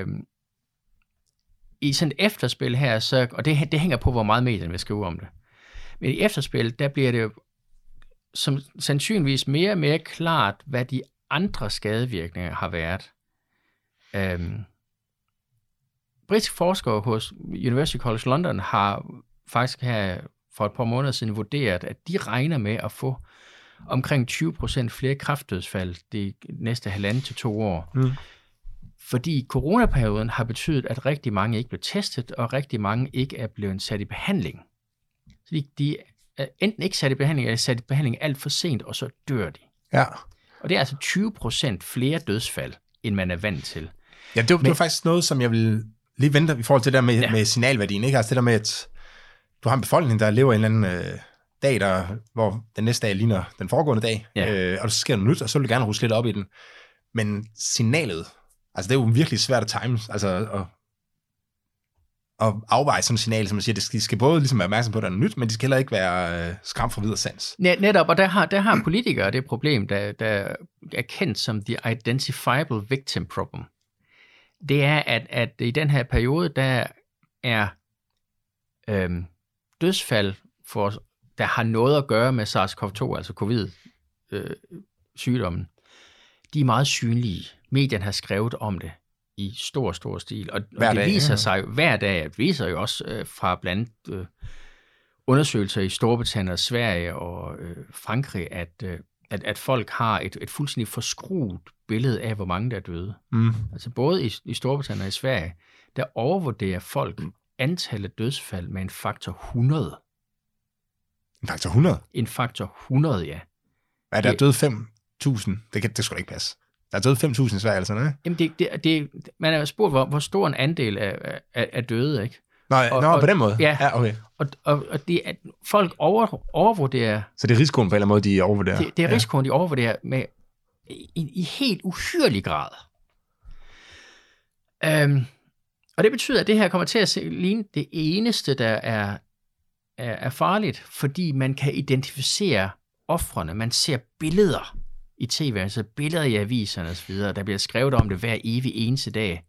i sådan et efterspil her, og det hænger på, hvor meget medierne vil skrive om det. Men i efterspil, der bliver det jo som sandsynligvis mere og mere klart, hvad de andre skadevirkninger har været. Britiske forskere hos University College London har faktisk her for et par måneder siden vurderet, at de regner med at få omkring 20% flere kræftdødsfald de næste 1,5 til 2 år. Fordi coronaperioden har betydet, at rigtig mange ikke blev testet, og rigtig mange ikke er blevet sat i behandling. Så de er enten ikke sat i behandling, eller sat i behandling alt for sent, og så dør de. Ja. Og det er altså 20% flere dødsfald, end man er vant til. Ja, det var faktisk noget, som jeg vil lige vente i forhold til det der med signalværdien. Ikke? Altså det der med, at du har en befolkning, der lever en eller anden dag, hvor den næste dag ligner den foregående dag, og så sker noget nyt, og så vil du gerne ruske lidt op i den. Men signalet, altså det er jo virkelig svært at time, altså at afveje sådan et signal, som man siger, de skal både ligesom være opmærksom på, at der er noget nyt, men de skal heller ikke være skræmt fra videre sans. Netop, og der har politikere det problem, der er kendt som the identifiable victim problem. Det er, at i den her periode, der er dødsfald, der har noget at gøre med SARS-CoV-2, altså covid-sygdommen, de er meget synlige. Medierne har skrevet om det i stor stil, og det viser sig hver dag, det viser jo også fra blandt undersøgelser i Storbritannien og Sverige og Frankrig, at folk har et fuldstændig forskruet billede af, hvor mange der er døde. Altså både i Storbritannien og i Sverige, der overvurderer folk antallet dødsfald med en faktor 100. En faktor 100? En faktor 100, ja. Er der døde 5 Det skulle ikke passe. Der er døde 5.000 i Sverige, eller sådan, ikke? Jamen, man har jo spurgt, hvor stor en andel af døde, ikke? Nå, på den måde? Ja, okay. Og det, at folk overvurderer... Så det er risikoen på en eller anden måde, de overvurderer? Det er risikoen, de overvurderer med i helt uhyrlig grad. Og det betyder, at det her kommer til at ligne det eneste, der er farligt, fordi man kan identificere ofrene. Man ser billeder i tv, altså billeder i aviserne osv., der bliver skrevet om det hver evig eneste dag.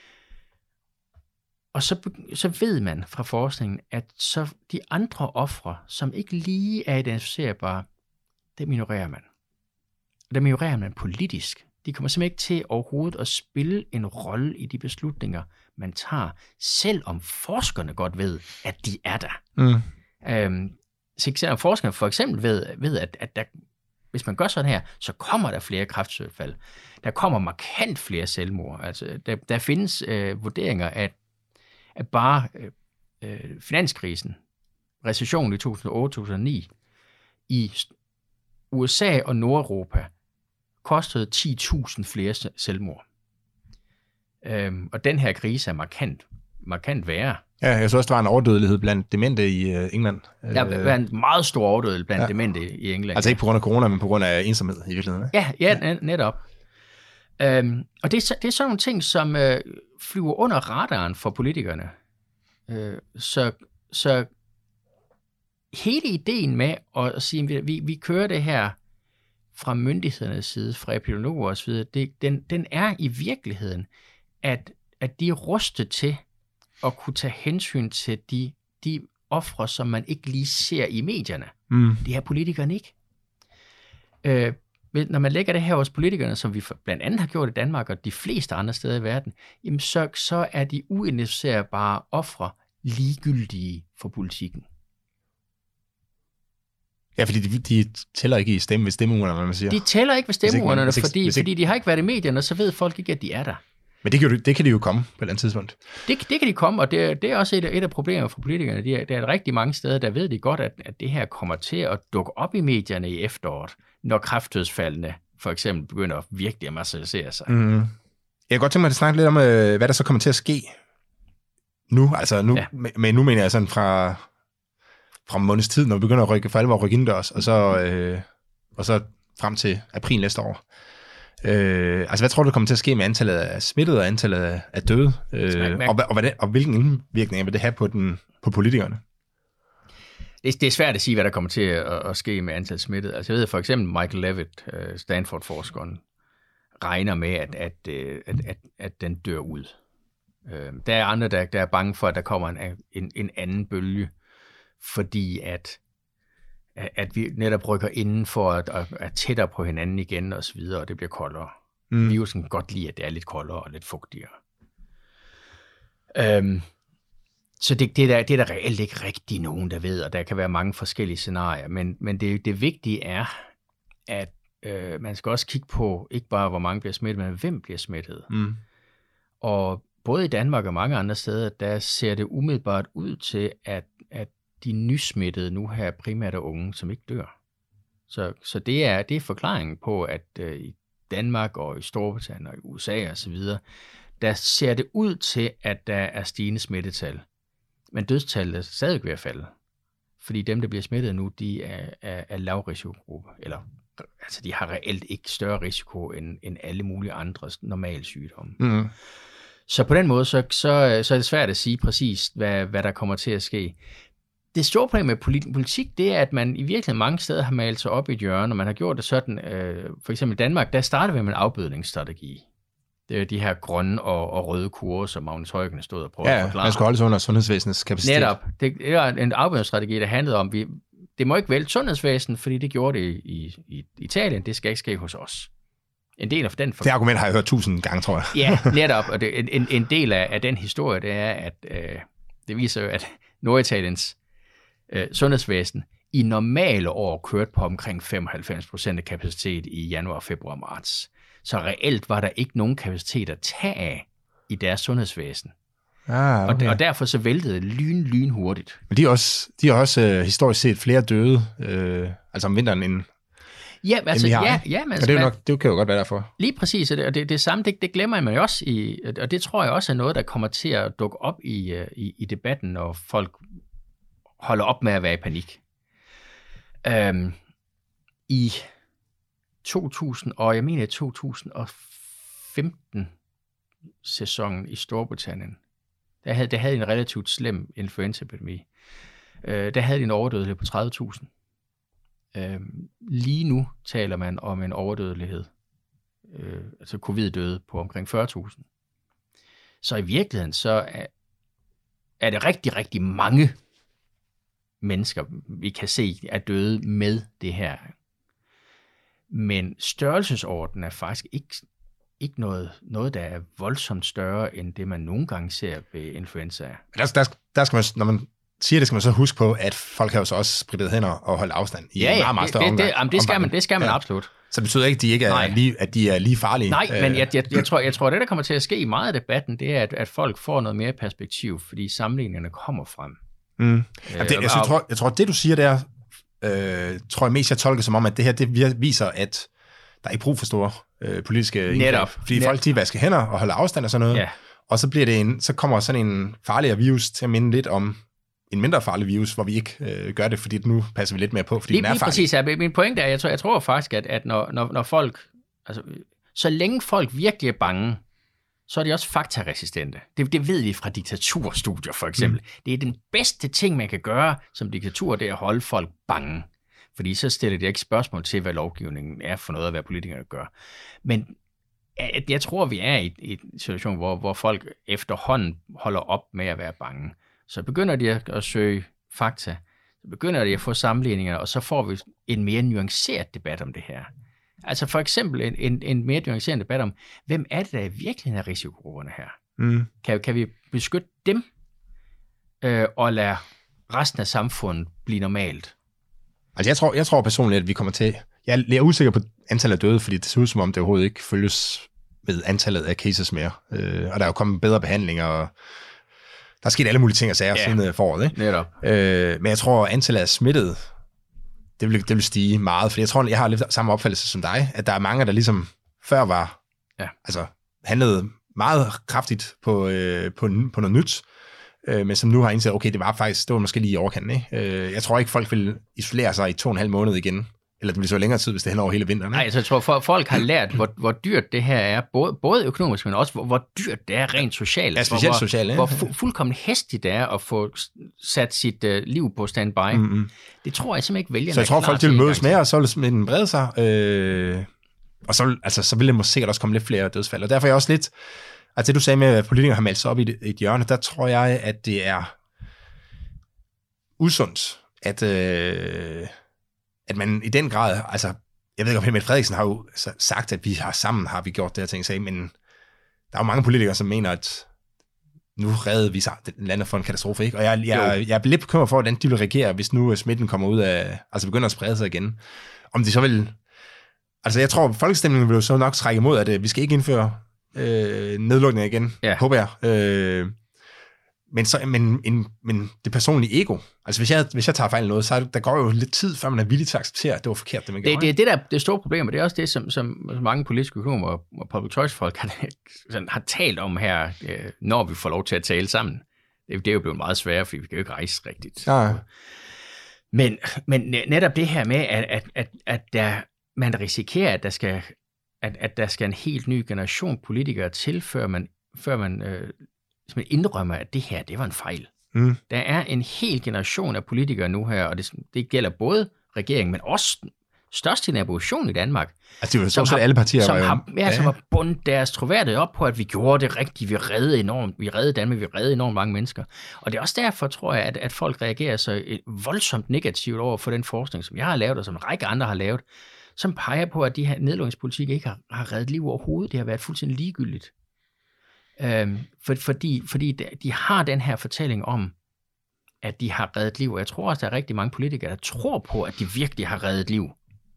Og så ved man fra forskningen, at så de andre ofre, som ikke lige er identificerbare, dem ignorerer man. Og dem ignorerer man politisk. De kommer simpelthen ikke til overhovedet at spille en rolle i de beslutninger, man tager, selvom forskerne godt ved, at de er der. Så selvom forskerne for eksempel ved at der, hvis man gør sådan her, så kommer der flere kræfttilfælde. Der kommer markant flere selvmord. Altså, der findes vurderinger, at bare finanskrisen, recessionen i 2008-2009, i USA og Nordeuropa, kostede 10.000 flere selvmord. Og den her krise er markant værre. Ja, jeg så også, der var en overdødelighed blandt demente i England. Der var en meget stor overdødelighed blandt demente i England. Altså ikke på grund af corona, men på grund af ensomhed i virkeligheden. Ja, netop. Og det er sådan nogle ting, som flyver under radaren for politikerne. Så hele ideen med at sige, at vi kører det her fra myndighedernes side, fra epidemiologer osv., den er i virkeligheden, at de er rustet til at kunne tage hensyn til de ofre, som man ikke lige ser i medierne. Det har politikerne ikke. Når man lægger det her hos politikerne, som vi blandt andet har gjort i Danmark og de fleste andre steder i verden, jamen så er de uidentificerbare ofre ligegyldige for politikken. Ja, fordi de tæller ikke ved stemmeurnerne, man siger. De tæller ikke ved stemmeurnerne, fordi de har ikke været i medierne, og så ved folk ikke, at de er der. Men det kan de jo komme på et eller andet tidspunkt. Det kan de komme, og det er også et af problemerne for politikerne. Der er rigtig mange steder, der ved de godt, at det her kommer til at dukke op i medierne i efteråret, når kræftdødsfaldene for eksempel begynder virkelig at massificere sig. Jeg kan godt tænke mig at snakke lidt om, hvad der så kommer til at ske nu. Altså nu, ja. Men nu mener jeg sådan fra måneds tid, når vi begynder at for alvor rykke indendørs, og så frem til april næste år. Altså, hvad tror du, der kommer til at ske med antallet af smittede og antallet af døde? Og hvilken indvirkning vil det have på politikerne? Det er svært at sige, hvad der kommer til at ske med antallet smittede. Altså, jeg ved for eksempel, Michael Levitt, Stanford-forskeren, regner med, at den dør ud. Der er andre, der er bange for, at der kommer en anden bølge, fordi at vi netop rykker inden for at tættere på hinanden igen og så videre, og det bliver koldere. Virusen kan godt lide, at det er lidt koldere og lidt fugtigere. Så det er der reelt ikke rigtig nogen, der ved, og der kan være mange forskellige scenarier, men det vigtige er, at man skal også kigge på, ikke bare hvor mange bliver smittet, men hvem bliver smittet. Og både i Danmark og mange andre steder, der ser det umiddelbart ud til, at de nysmittede nu her primært er unge, som ikke dør. Så det er forklaringen på, at i Danmark og i Storbritannien og i USA og så videre, der ser det ud til, at der er stigende smittetal. Men dødstallet er stadig ved at falde. Fordi dem, der bliver smittet nu, de er lavrisikogruppe. Eller altså, de har reelt ikke større risiko end alle mulige andre normale sygdomme. Så på den måde, så er det svært at sige præcis, hvad der kommer til at ske. Det store problem med politik, det er, at man i virkeligheden mange steder har malet sig op i et hjørne, og man har gjort det sådan, for eksempel i Danmark, der startede vi med en afbødningsstrategi. Det er de her grønne og røde kurver, som Magnus Heunicke stod og prøvede at forklare. Ja, man skal holde sig under sundhedsvæsenets kapacitet. Netop. Det er en afbødningsstrategi, der handlede om, det må ikke vælte sundhedsvæsen, fordi det gjorde det i Italien, det skal ikke ske hos os. En del af den det argument har jeg hørt 1000 gange, tror jeg. Ja, netop. Og en del af den historie, det er, at det viser jo, at Norditaliens sundhedsvæsen i normale år kørte på omkring 95% af kapacitet i januar, februar og marts. Så reelt var der ikke nogen kapacitet at tage af i deres sundhedsvæsen. Okay. Og derfor så væltede det lyn hurtigt. Men de har også historisk set flere døde, altså om vinteren end... Ja, altså, end vi har. men, og det kan jo godt være derfor. Lige præcis, og det samme, det glemmer man jo også og det tror jeg også er noget, der kommer til at dukke op i debatten, når folk holder op med at være i panik. I 2015-sæsonen i Storbritannien, der havde en relativt slem influenzaepidemi. Der havde de en overdødelighed på 30.000. Lige nu taler man om en overdødelighed, altså covid-døde på omkring 40.000. Så i virkeligheden, så er det rigtig, rigtig mange mennesker, vi kan se, er døde med det her. Men størrelsesorden er faktisk ikke noget, der er voldsomt større, end det, man nogle gange ser ved influenza. Der skal man, når man siger det, skal man så huske på, at folk har jo så også spritet hænder og holdt afstand i en meget større omgang. Det skal man absolut. Så det betyder ikke, at de er lige farlige. Nej, men jeg tror, det, der kommer til at ske i meget af debatten, det er, at folk får noget mere perspektiv, fordi sammenligningerne kommer frem. Jeg tror, det du siger der, tror jeg mest, jeg tolker som om, at det her, det viser, at der er ikke brug for store politiske indgreb. Fordi folk, de vasker hænder og holder afstand og sådan noget. Ja. Og så så kommer sådan en farligere virus til at minde lidt om en mindre farlig virus, hvor vi ikke gør det, fordi nu passer vi lidt mere på, fordi den er farlig. Præcis, min pointe er, jeg tror faktisk, at når folk, altså, så længe folk virkelig er bange, så er de også faktaresistente. Det ved vi fra diktaturstudier, for eksempel. Det er den bedste ting, man kan gøre som diktatur, det er at holde folk bange. Fordi så stiller de ikke spørgsmål til, hvad lovgivningen er for noget, og hvad politikerne gør. Men jeg tror, vi er i en situation, hvor folk efterhånden holder op med at være bange. Så begynder de at søge fakta, så begynder de at få sammenligninger, og så får vi en mere nuanceret debat om det her. Altså for eksempel en mere nuanceret debat om, hvem er det, der i virkeligheden er risikogrupperne her? Kan vi beskytte dem, og lade resten af samfundet blive normalt? Altså jeg tror personligt, at vi kommer til... Jeg er usikker på antallet af døde, fordi det ser ud som om, det overhovedet ikke følges med antallet af cases mere. Og der er jo kommet bedre behandlinger, og der er sket alle mulige ting og sager siden foråret. Ikke? Netop. Men jeg tror, at antallet af smittede, det vil stige meget, for jeg tror, jeg har lidt samme opfattelse som dig, at der er mange, der ligesom før var, altså handlede meget kraftigt på noget nyt, men som nu har indset, okay, det var måske lige i overkanten. Ikke? Jeg tror ikke, folk vil isolere sig i 2,5 måneder igen, eller det bliver så længere tid, hvis det hen over hele vinteren. Ikke? Nej, altså jeg tror, folk har lært, hvor dyrt det her er, både økonomisk, men også hvor dyrt det er rent socialt. Ja, specielt socialt. Hvor fuldkommen hæstigt det er at få sat sit liv på standby. Mm-hmm. Det tror jeg simpelthen ikke vælgerne. Så jeg tror, folk vil mødes med, og så vil smitten brede sig, og så vil det måske sikkert også komme lidt flere dødsfald. Og derfor er jeg også lidt... Altså det, du sagde med, at politikere har meldt sig op i et hjørne, der tror jeg, at det er usundt, at man i den grad, altså, jeg ved ikke, om Mette Frederiksen har jo sagt, at vi har gjort det her ting, men der er jo mange politikere, som mener, at nu redder vi landet for en katastrofe, ikke? Og jeg er lidt bekymret for, hvordan de vil reagere, hvis nu smitten kommer ud af, altså begynder at sprede sig igen. Om de så vil, altså jeg tror, folkestemningen vil jo så nok trække imod, at vi skal ikke indføre nedlukning igen, håber jeg. Men det personlige ego, altså hvis jeg tager fejl noget, så der går jo lidt tid, før man er villig til at acceptere, at det var forkert, det man gjorde. Det er det store problem, og det er også det, som mange politiske økonomer og public choice-folk har talt om her, når vi får lov til at tale sammen. Det er jo blevet meget sværere, fordi vi kan jo ikke rejse rigtigt. Ja. Men netop det her med, at man risikerer, at der skal en helt ny generation politikere til, før man indrømmer, at det her, det var en fejl. Mm. Der er en hel generation af politikere nu her, og det gælder både regeringen, men også størstedelen af oppositionen i Danmark. Altså det var så alle partier, som har bundet deres troværdighed op på, at vi gjorde det rigtigt, vi reddede Danmark, vi reddede enormt mange mennesker. Og det er også derfor, tror jeg, at folk reagerer så voldsomt negativt over for den forskning, som jeg har lavet, og som en række andre har lavet, som peger på, at de her nedlukningspolitik ikke har reddet liv overhovedet. Det har været fuldstændig ligegyldigt. Fordi de har den her fortælling om, at de har reddet liv. Og jeg tror også, der er rigtig mange politikere, der tror på, at de virkelig har reddet liv.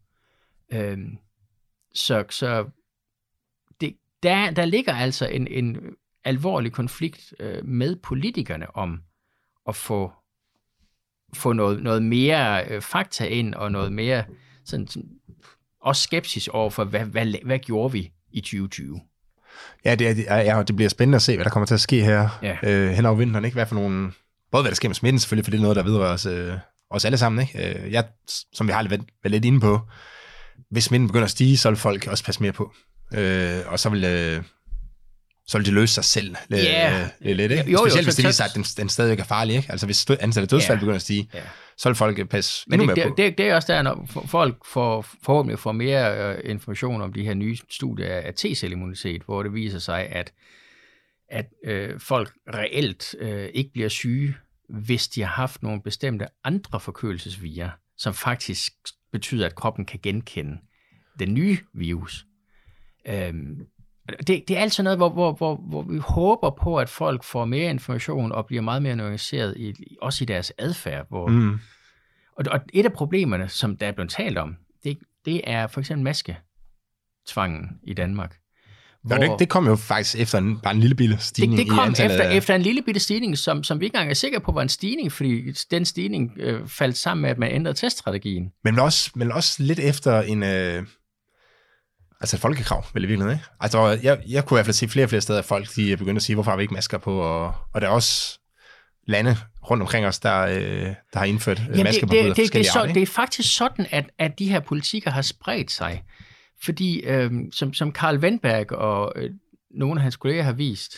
Så der ligger altså en alvorlig konflikt med politikerne om at få noget mere fakta ind, og noget mere sådan også skepsis over for, hvad gjorde vi i 2020? Ja, det bliver spændende at se, hvad der kommer til at ske her hen over vinteren. Ikke? Hvad for nogle, både hvad der sker med smitten selvfølgelig, for det er noget, der vedrører os alle sammen. Ikke? Som vi har været lidt inde på, hvis smitten begynder at stige, så vil folk også passe mere på. Og så vil de løse sig selv lidt. Ikke? Specielt hvis det viser sig, at den stadig er farlig. Ikke? Altså hvis antallet af dødsfald begynder at stige, så vil folk passe endnu mere på. Det er også der, når folk forhåbentlig får mere information om de her nye studier af T-celleimmunitet, hvor det viser sig, at folk reelt ikke bliver syge, hvis de har haft nogle bestemte andre forkølelsesvirer, som faktisk betyder, at kroppen kan genkende den nye virus. Det er altså noget, hvor vi håber på, at folk får mere information og bliver meget mere nuanceret, også i deres adfærd. Og et af problemerne, som der er blevet talt om, det er for eksempel masketvangen i Danmark. Det kom jo faktisk efter bare en lille bitte stigning det kom i antallet efter en lille bitte stigning, som vi ikke engang er sikre på var en stigning, fordi den stigning faldt sammen med, at man ændrede teststrategien. Men også lidt efter en... et folkekrav, vel i virkeligheden, ikke? Altså, jeg kunne i hvert fald se flere og flere steder, at folk de begyndte at sige, hvorfor har vi ikke masker på, og der er også lande rundt omkring os, der har indført masker på forskellige arter. Det er faktisk sådan, at de her politikker har spredt sig, fordi som Carl Wennberg og nogle af hans kolleger har vist,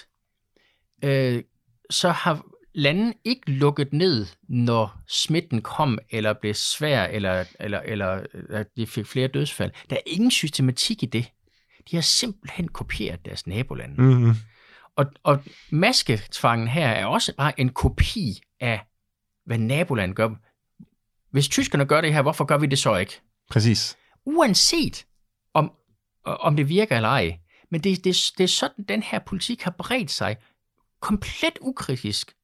så har lande ikke lukket ned, når smitten kom, eller blev svær, eller de fik flere dødsfald. Der er ingen systematik i det. De har simpelthen kopieret deres nabolande. Mm-hmm. Og masketvangen her er også bare en kopi af, hvad nabolandet gør. Hvis tyskerne gør det her, hvorfor gør vi det så ikke? Præcis. Uanset om det virker eller ej. Men det er sådan, den her politik har bredt sig komplet ukritisk.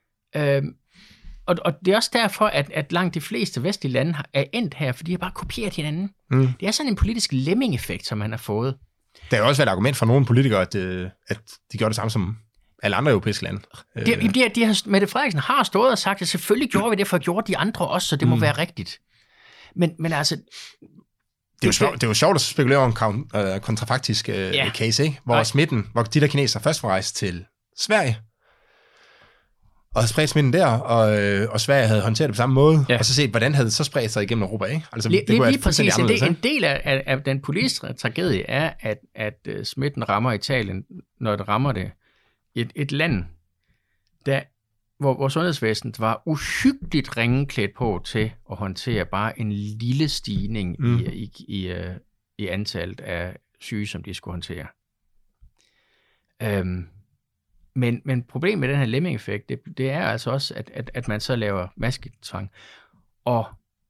Og det er også derfor, at langt de fleste vestlige lande er endt her, fordi de har bare kopieret hinanden. Det er sådan en politisk lemming-effekt, som man har fået. Der har jo også været et argument fra nogle politikere, at de gjorde det samme som alle andre europæiske lande. Mette Frederiksen har stået og sagt, at selvfølgelig gjorde vi det, for gjorde de andre også, så det må være rigtigt. Men altså... Det er jo sjovt at spekulere om kontrafaktisk case, ikke? Hvor de der kinesere først var rejst til Sverige, og havde spredt smitten der, og Sverige havde håndteret det på samme måde, og så set, hvordan havde det så spredt sig igennem Europa, ikke? Altså, lige præcis. En del af den politiske tragedie er, at smitten rammer Italien, når det rammer det. Et land, hvor sundhedsvæsenet var uhyggeligt ringeklædt på til at håndtere bare en lille stigning i antallet af syge, som de skulle håndtere. Men problemet med den her lemming-effekt, det er altså også, at man så laver masketvang. Og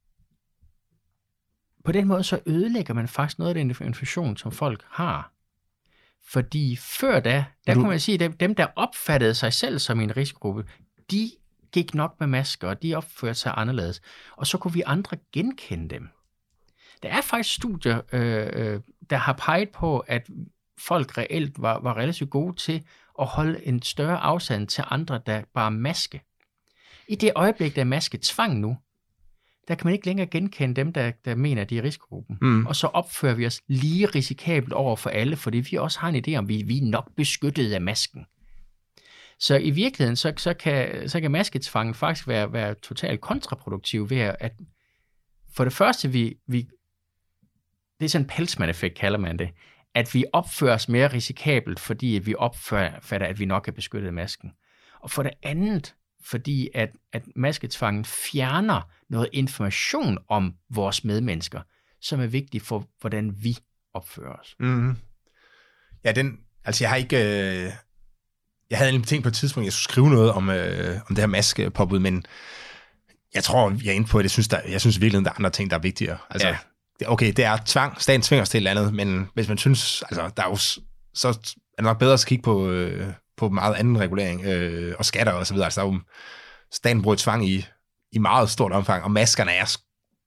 på den måde, så ødelægger man faktisk noget af den information, som folk har. Fordi før der kunne man sige, at dem, der opfattede sig selv som en risikogruppe, de gik nok med masker, og de opførte sig anderledes. Og så kunne vi andre genkende dem. Der er faktisk studier, der har peget på, at folk reelt var relativt gode til at holde en større afstand til andre, der bare maske. I det øjeblik, der er masketvang nu, der kan man ikke længere genkende dem, der mener, at de er risikogruppen. Og så opfører vi os lige risikabelt over for alle, fordi vi også har en idé om, at vi er nok beskyttet af masken. Så i virkeligheden, så kan masketvangen faktisk være totalt kontraproduktiv ved at for det første, det er sådan en Peltzman-effekt, kalder man det, at vi opfører os mere risikabelt, fordi vi opfatter, at vi nok er beskyttet af masken. Og for det andet, fordi at masketvangen fjerner noget information om vores medmennesker, som er vigtigt for, hvordan vi opfører os. Mm-hmm. Ja, jeg har ikke... Jeg havde en ting på et tidspunkt, jeg skulle skrive noget om det her maskepåbud, men jeg tror, jeg er inde på det. Jeg synes virkelig, der er andre ting, der er vigtigere. Altså, okay, det er tvang. Staten tvinger os til et eller andet, men hvis man synes, altså, der er jo, så er det nok bedre at kigge på meget anden regulering og skatter og så videre. Altså, der er jo, staten bruger tvang i meget stort omfang, og maskerne er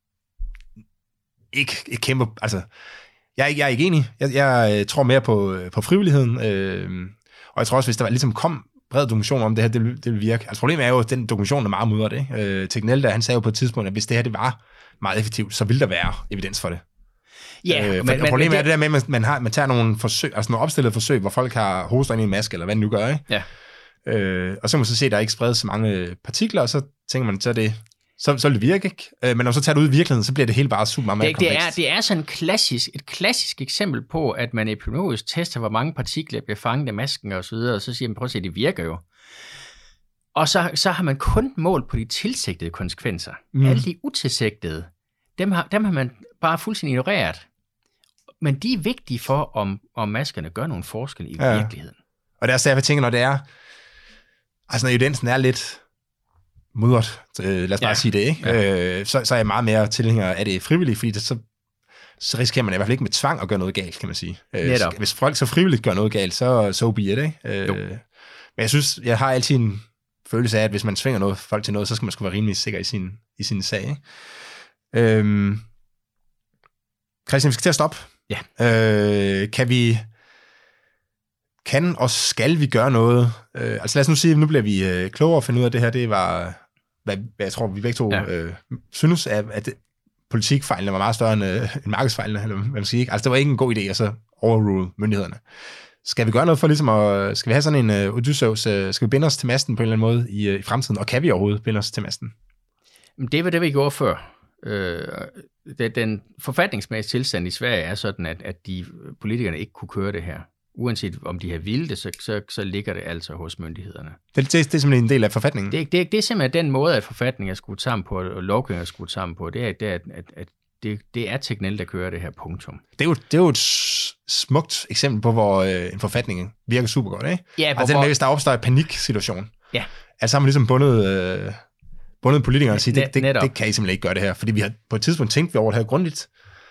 ikke et kæmpe... Altså, jeg er ikke enig. Jeg tror mere på frivilligheden, og jeg tror også, hvis der ligesom kom bred dokumentation om det her, det vil virke. Altså problemet er jo, at den dokumentation er meget mudret, ikke? Tegnell, han sagde jo på et tidspunkt, at hvis det her det var meget effektivt, så ville der være evidens for det. Ja, men problemet er det der med, at man tager nogle forsøg, altså nogle opstillede forsøg, hvor folk har hoster ind i en maske, eller hvad det nu gør, ikke? Ja. Og så kan man så se, at der ikke spredes så mange partikler, og så tænker man, så vil det virke, ikke? Men når man så tager det ud i virkeligheden, så bliver det hele bare super meget mere komplekst. Det er sådan et klassisk eksempel på, at man epidemiologisk tester, hvor mange partikler bliver fanget af masken og så videre, og så siger man, prøv at se, det virker jo. Og så har man kun målt på de tilsigtede konsekvenser. Alle de utilsigtede, dem har man bare fuldstændig ignoreret. Men de er vigtige for, om maskerne gør nogle forskel i virkeligheden. Og det er også derfor, jeg tænker, når det er... Altså, når evidensen er lidt mudret, lad os bare sige det, ikke? Ja. Så er jeg meget mere tilhænger af det frivillige, fordi så risikerer man i hvert fald ikke med tvang at gøre noget galt, kan man sige. Hvis folk så frivilligt gør noget galt, så be it, ikke? Men jeg synes, jeg har altid en følelse af, at hvis man tvinger folk til noget, så skal man sgu være rimelig sikker i sin sag, ikke? Christian, vi skal til at stoppe. Ja. Kan og skal vi gøre noget? Altså lad os nu sige, at nu bliver vi klogere og finde ud af det her. Det var, hvad jeg tror, vi begge to synes, at politikfejlene var meget større end markedsfejlene, eller hvad man siger, ikke? Altså det var ikke en god idé at så overrule myndighederne. Skal vi gøre noget for ligesom skal vi have sådan en Odysseus, skal vi binde os til masten på en eller anden måde i fremtiden, og kan vi overhovedet binde os til masten? Det var det, vi gjorde før. Den forfatningsmæssige tilstand i Sverige er sådan, at de politikerne ikke kunne køre det her. Uanset om de har ville det, så ligger det altså hos myndighederne. Det er simpelthen en del af forfatningen? Det er simpelthen den måde, at forfatningen er skudt sammen på, og lovgivningen er skudt sammen på. Det er teknisk, der kører det her punktum. Det er jo et smukt eksempel på, hvor en forfatning virker super godt, ikke? Ja, altså hvis der opstår en paniksituation, ja. Altså har man ligesom bundet politikerne og sige, det kan I simpelthen ikke gøre det her, fordi vi har på et tidspunkt tænkt over det her grundigt.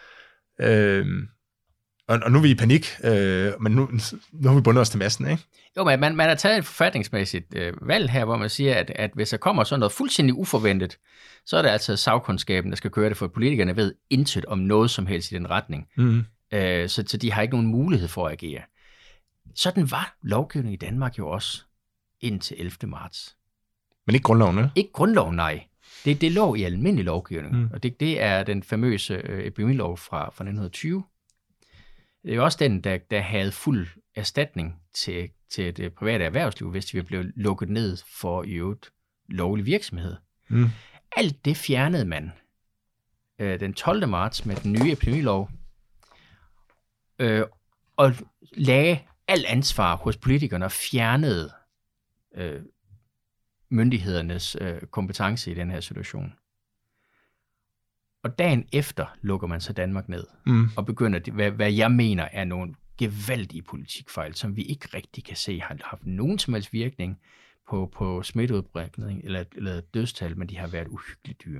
Og nu er vi i panik, men nu har vi bundet os til masten, ikke? Jo, men man har taget et forfatningsmæssigt valg her, hvor man siger, at hvis der kommer sådan noget fuldstændig uforventet, så er det altså sagkundskaben, der skal køre det, for politikerne ved intet om noget som helst i den retning. Så de har ikke nogen mulighed for at agere. Sådan var lovgivningen i Danmark jo også indtil 11. marts. Men ikke grundloven, eller? Ikke grundloven, nej. Det lå i almindelig lovgivning, og det er den famøse epidemilov fra 1920. Det er jo også den, der havde fuld erstatning til det private erhvervsliv, hvis de blev lukket ned for i øvrigt lovlig virksomhed. Alt det fjernede man den 12. marts med den nye epidemilov, og lagde alt ansvar hos politikerne og fjernede myndighedernes kompetence i den her situation. Og dagen efter lukker man så Danmark ned, og begynder, hvad jeg mener er nogle gevaldige politikfejl, som vi ikke rigtig kan se har haft nogen som helst virkning på smitteudbredning eller dødstal, men de har været uhyggeligt dyre.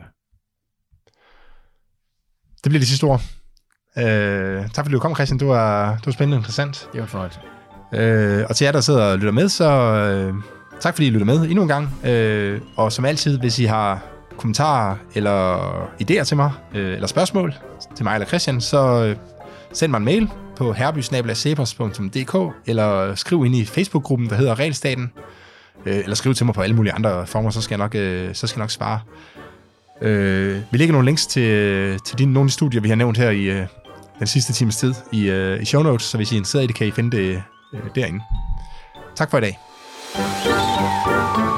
Det bliver det sidste ord. Tak fordi du kom, Christian. Det var spændende og interessant. Det var fornøjt. Og til jer, der sidder og lytter med, så tak fordi I lytter med endnu en gang. Og som altid, hvis I har kommentarer eller idéer til mig, eller spørgsmål til mig eller Christian, så send mig en mail på herby@cepos.dk, eller skriv ind i Facebook-gruppen, der hedder Realstaten, eller skriv til mig på alle mulige andre former, så skal jeg nok svare. Vi lægger nogle links til nogle af de studier, vi har nævnt her i den sidste times tid i show notes, så hvis I er interesseret i det, kan I finde det derinde. Tak for i dag.